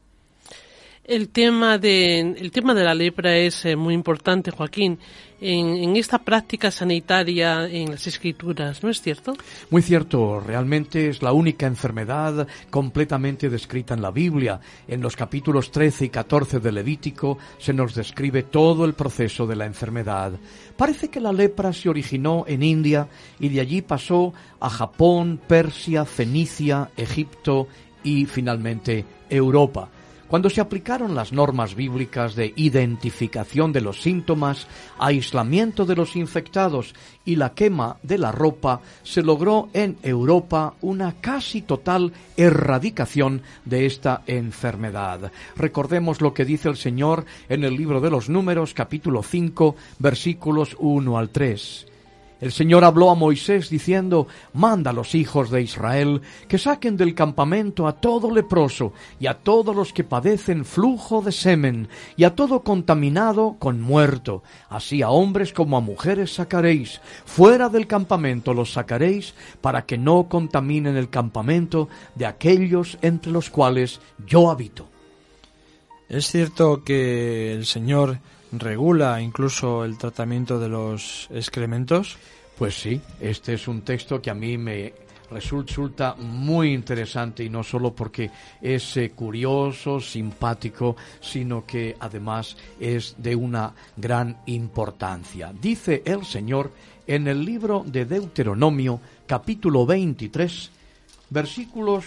El tema de, el tema de la lepra es eh, muy importante, Joaquín, en, en esta práctica sanitaria en las Escrituras, ¿no es cierto? Muy cierto, realmente es la única enfermedad completamente descrita en la Biblia. En los capítulos trece y catorce de Levítico se nos describe todo el proceso de la enfermedad. Parece que la lepra se originó en India y de allí pasó a Japón, Persia, Fenicia, Egipto y finalmente Europa. Cuando se aplicaron las normas bíblicas de identificación de los síntomas, aislamiento de los infectados y la quema de la ropa, se logró en Europa una casi total erradicación de esta enfermedad. Recordemos lo que dice el Señor en el libro de los Números, capítulo cinco, versículos uno al tres. El Señor habló a Moisés diciendo, manda a los hijos de Israel que saquen del campamento a todo leproso y a todos los que padecen flujo de semen y a todo contaminado con muerto. Así a hombres como a mujeres sacaréis. Fuera del campamento los sacaréis para que no contaminen el campamento de aquellos entre los cuales yo habito. Es cierto que el Señor regula incluso el tratamiento de los excrementos. Pues sí, este es un texto que a mí me resulta muy interesante y no solo porque es eh, curioso, simpático, sino que además es de una gran importancia. Dice el Señor en el libro de Deuteronomio, capítulo veintitrés, versículos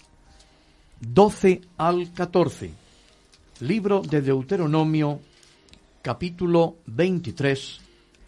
doce al catorce. Libro de Deuteronomio, capítulo veintitrés,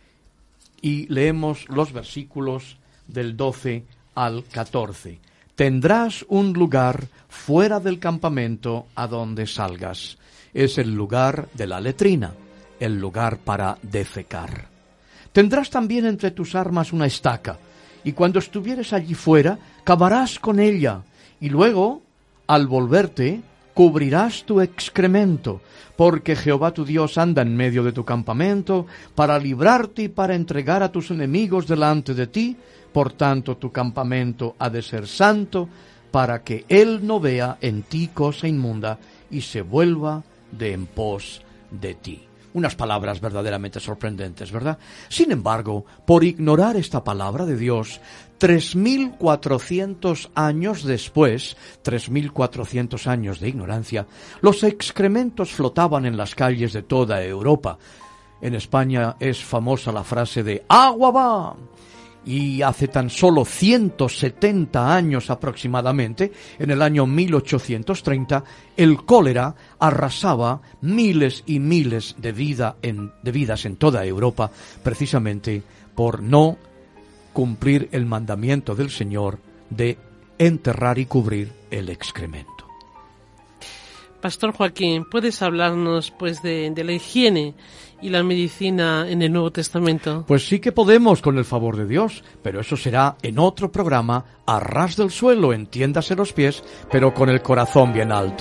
y leemos los versículos del doce al catorce. Tendrás un lugar fuera del campamento a donde salgas. Es el lugar de la letrina, el lugar para defecar. Tendrás también entre tus armas una estaca, y cuando estuvieres allí fuera, cavarás con ella, y luego, al volverte, cubrirás tu excremento, porque Jehová tu Dios anda en medio de tu campamento para librarte y para entregar a tus enemigos delante de ti. Por tanto, tu campamento ha de ser santo, para que él no vea en ti cosa inmunda y se vuelva de en pos de ti. Unas palabras verdaderamente sorprendentes, ¿verdad? Sin embargo, por ignorar esta palabra de Dios, tres mil cuatrocientos años después, tres mil cuatrocientos años de ignorancia, los excrementos flotaban en las calles de toda Europa. En España es famosa la frase de ¡agua va! Y hace tan solo ciento setenta años aproximadamente, en el año mil ochocientos treinta, el cólera arrasaba miles y miles de, vida en, de vidas en toda Europa, precisamente por no cumplir el mandamiento del Señor de enterrar y cubrir el excremento. Pastor Joaquín, ¿puedes hablarnos pues de, de la higiene y la medicina en el Nuevo Testamento? Pues sí que podemos, con el favor de Dios, pero eso será en otro programa, a ras del suelo, entiéndase los pies, pero con el corazón bien alto.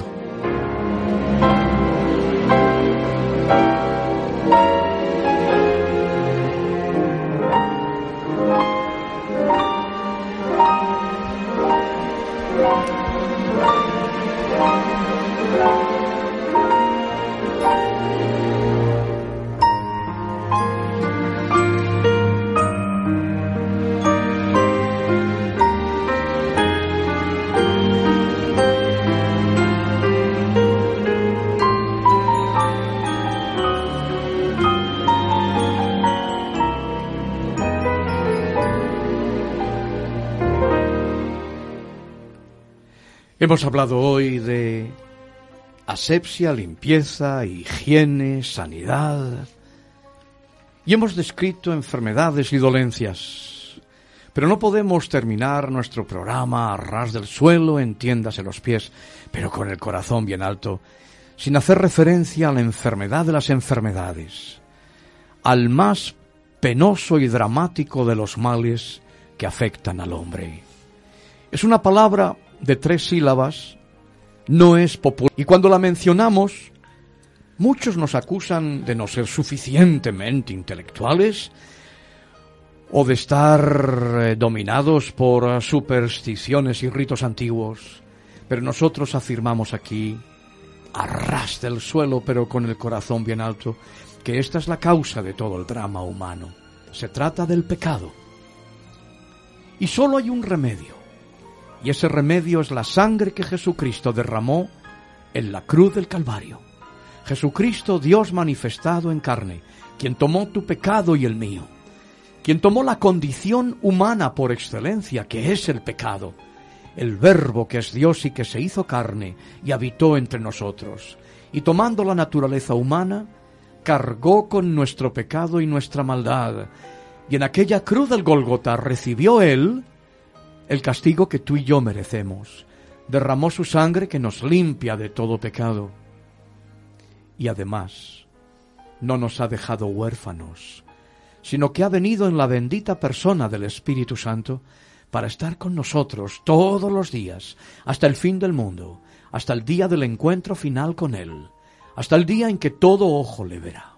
Hemos hablado hoy de asepsia, limpieza, higiene, sanidad, y hemos descrito enfermedades y dolencias. Pero no podemos terminar nuestro programa a ras del suelo, entiéndase los pies, pero con el corazón bien alto, sin hacer referencia a la enfermedad de las enfermedades, al más penoso y dramático de los males que afectan al hombre. Es una palabra de tres sílabas, no es popular, y cuando la mencionamos, muchos nos acusan de no ser suficientemente intelectuales o de estar eh, dominados por uh, supersticiones y ritos antiguos, pero nosotros afirmamos aquí, a ras del suelo, pero con el corazón bien alto, que esta es la causa de todo el drama humano. Se trata del pecado. Y solo hay un remedio. Y ese remedio es la sangre que Jesucristo derramó en la cruz del Calvario. Jesucristo, Dios manifestado en carne, quien tomó tu pecado y el mío, quien tomó la condición humana por excelencia, que es el pecado, el Verbo que es Dios y que se hizo carne y habitó entre nosotros, y tomando la naturaleza humana, cargó con nuestro pecado y nuestra maldad, y en aquella cruz del Gólgota recibió Él el castigo que tú y yo merecemos. Derramó su sangre que nos limpia de todo pecado. Y además, no nos ha dejado huérfanos, sino que ha venido en la bendita persona del Espíritu Santo para estar con nosotros todos los días, hasta el fin del mundo, hasta el día del encuentro final con Él, hasta el día en que todo ojo le verá.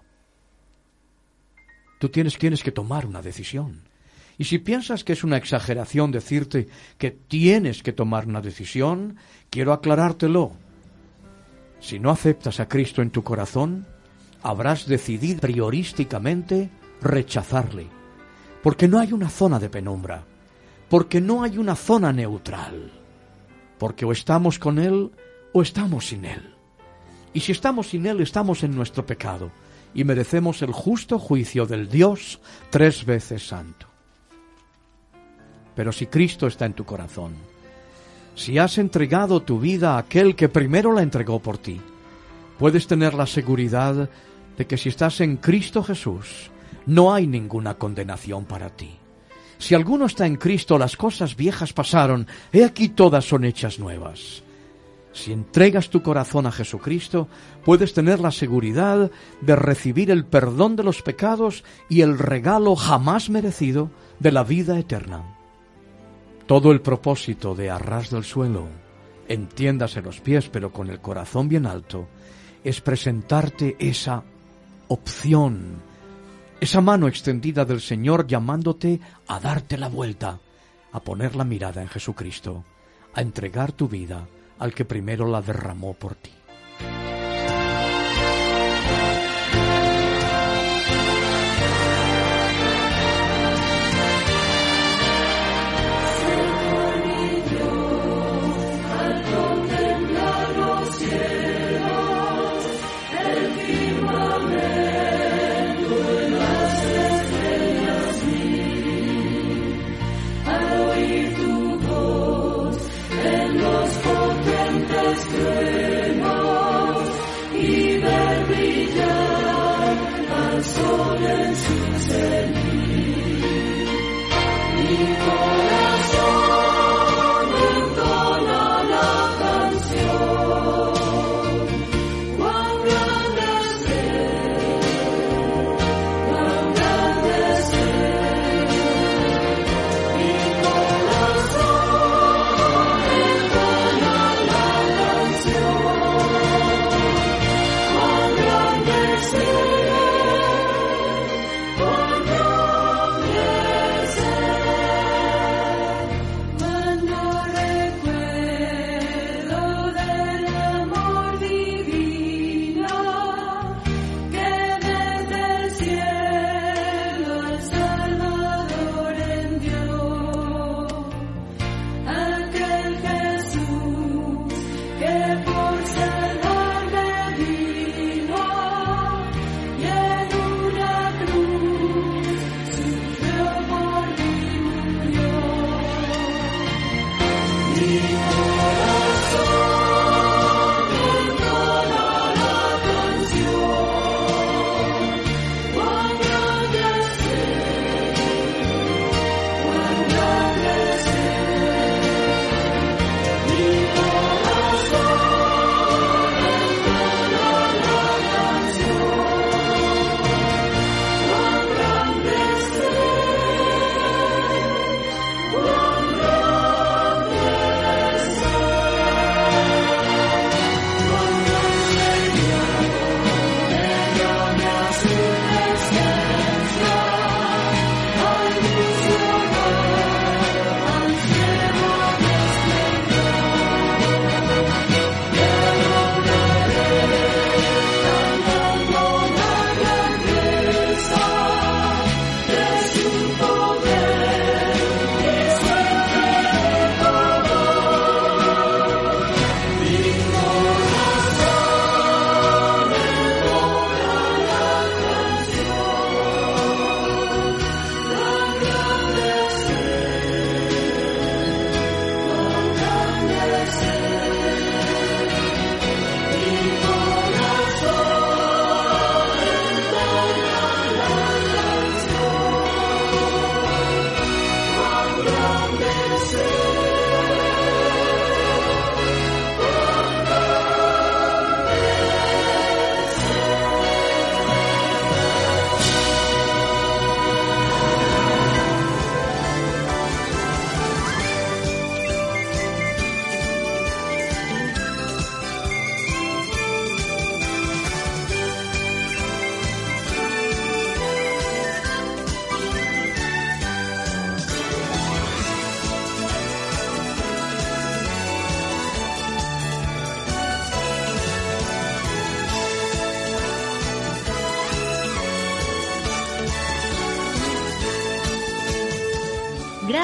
Tú tienes, tienes que tomar una decisión. Y si piensas que es una exageración decirte que tienes que tomar una decisión, quiero aclarártelo. Si no aceptas a Cristo en tu corazón, habrás decidido priorísticamente rechazarle, porque no hay una zona de penumbra, porque no hay una zona neutral, porque o estamos con Él o estamos sin Él. Y si estamos sin Él, estamos en nuestro pecado y merecemos el justo juicio del Dios tres veces santo. Pero si Cristo está en tu corazón, si has entregado tu vida a aquel que primero la entregó por ti, puedes tener la seguridad de que si estás en Cristo Jesús, no hay ninguna condenación para ti. Si alguno está en Cristo, las cosas viejas pasaron, he aquí todas son hechas nuevas. Si entregas tu corazón a Jesucristo, puedes tener la seguridad de recibir el perdón de los pecados y el regalo jamás merecido de la vida eterna. Todo el propósito de a ras del suelo, entiéndase los pies pero con el corazón bien alto, es presentarte esa opción, esa mano extendida del Señor llamándote a darte la vuelta, a poner la mirada en Jesucristo, a entregar tu vida al que primero la derramó por ti.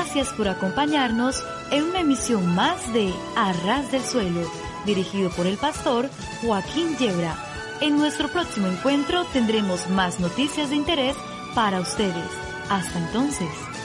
Gracias por acompañarnos en una emisión más de A Ras del Suelo, dirigido por el pastor Joaquín Yebra. En nuestro próximo encuentro tendremos más noticias de interés para ustedes. Hasta entonces.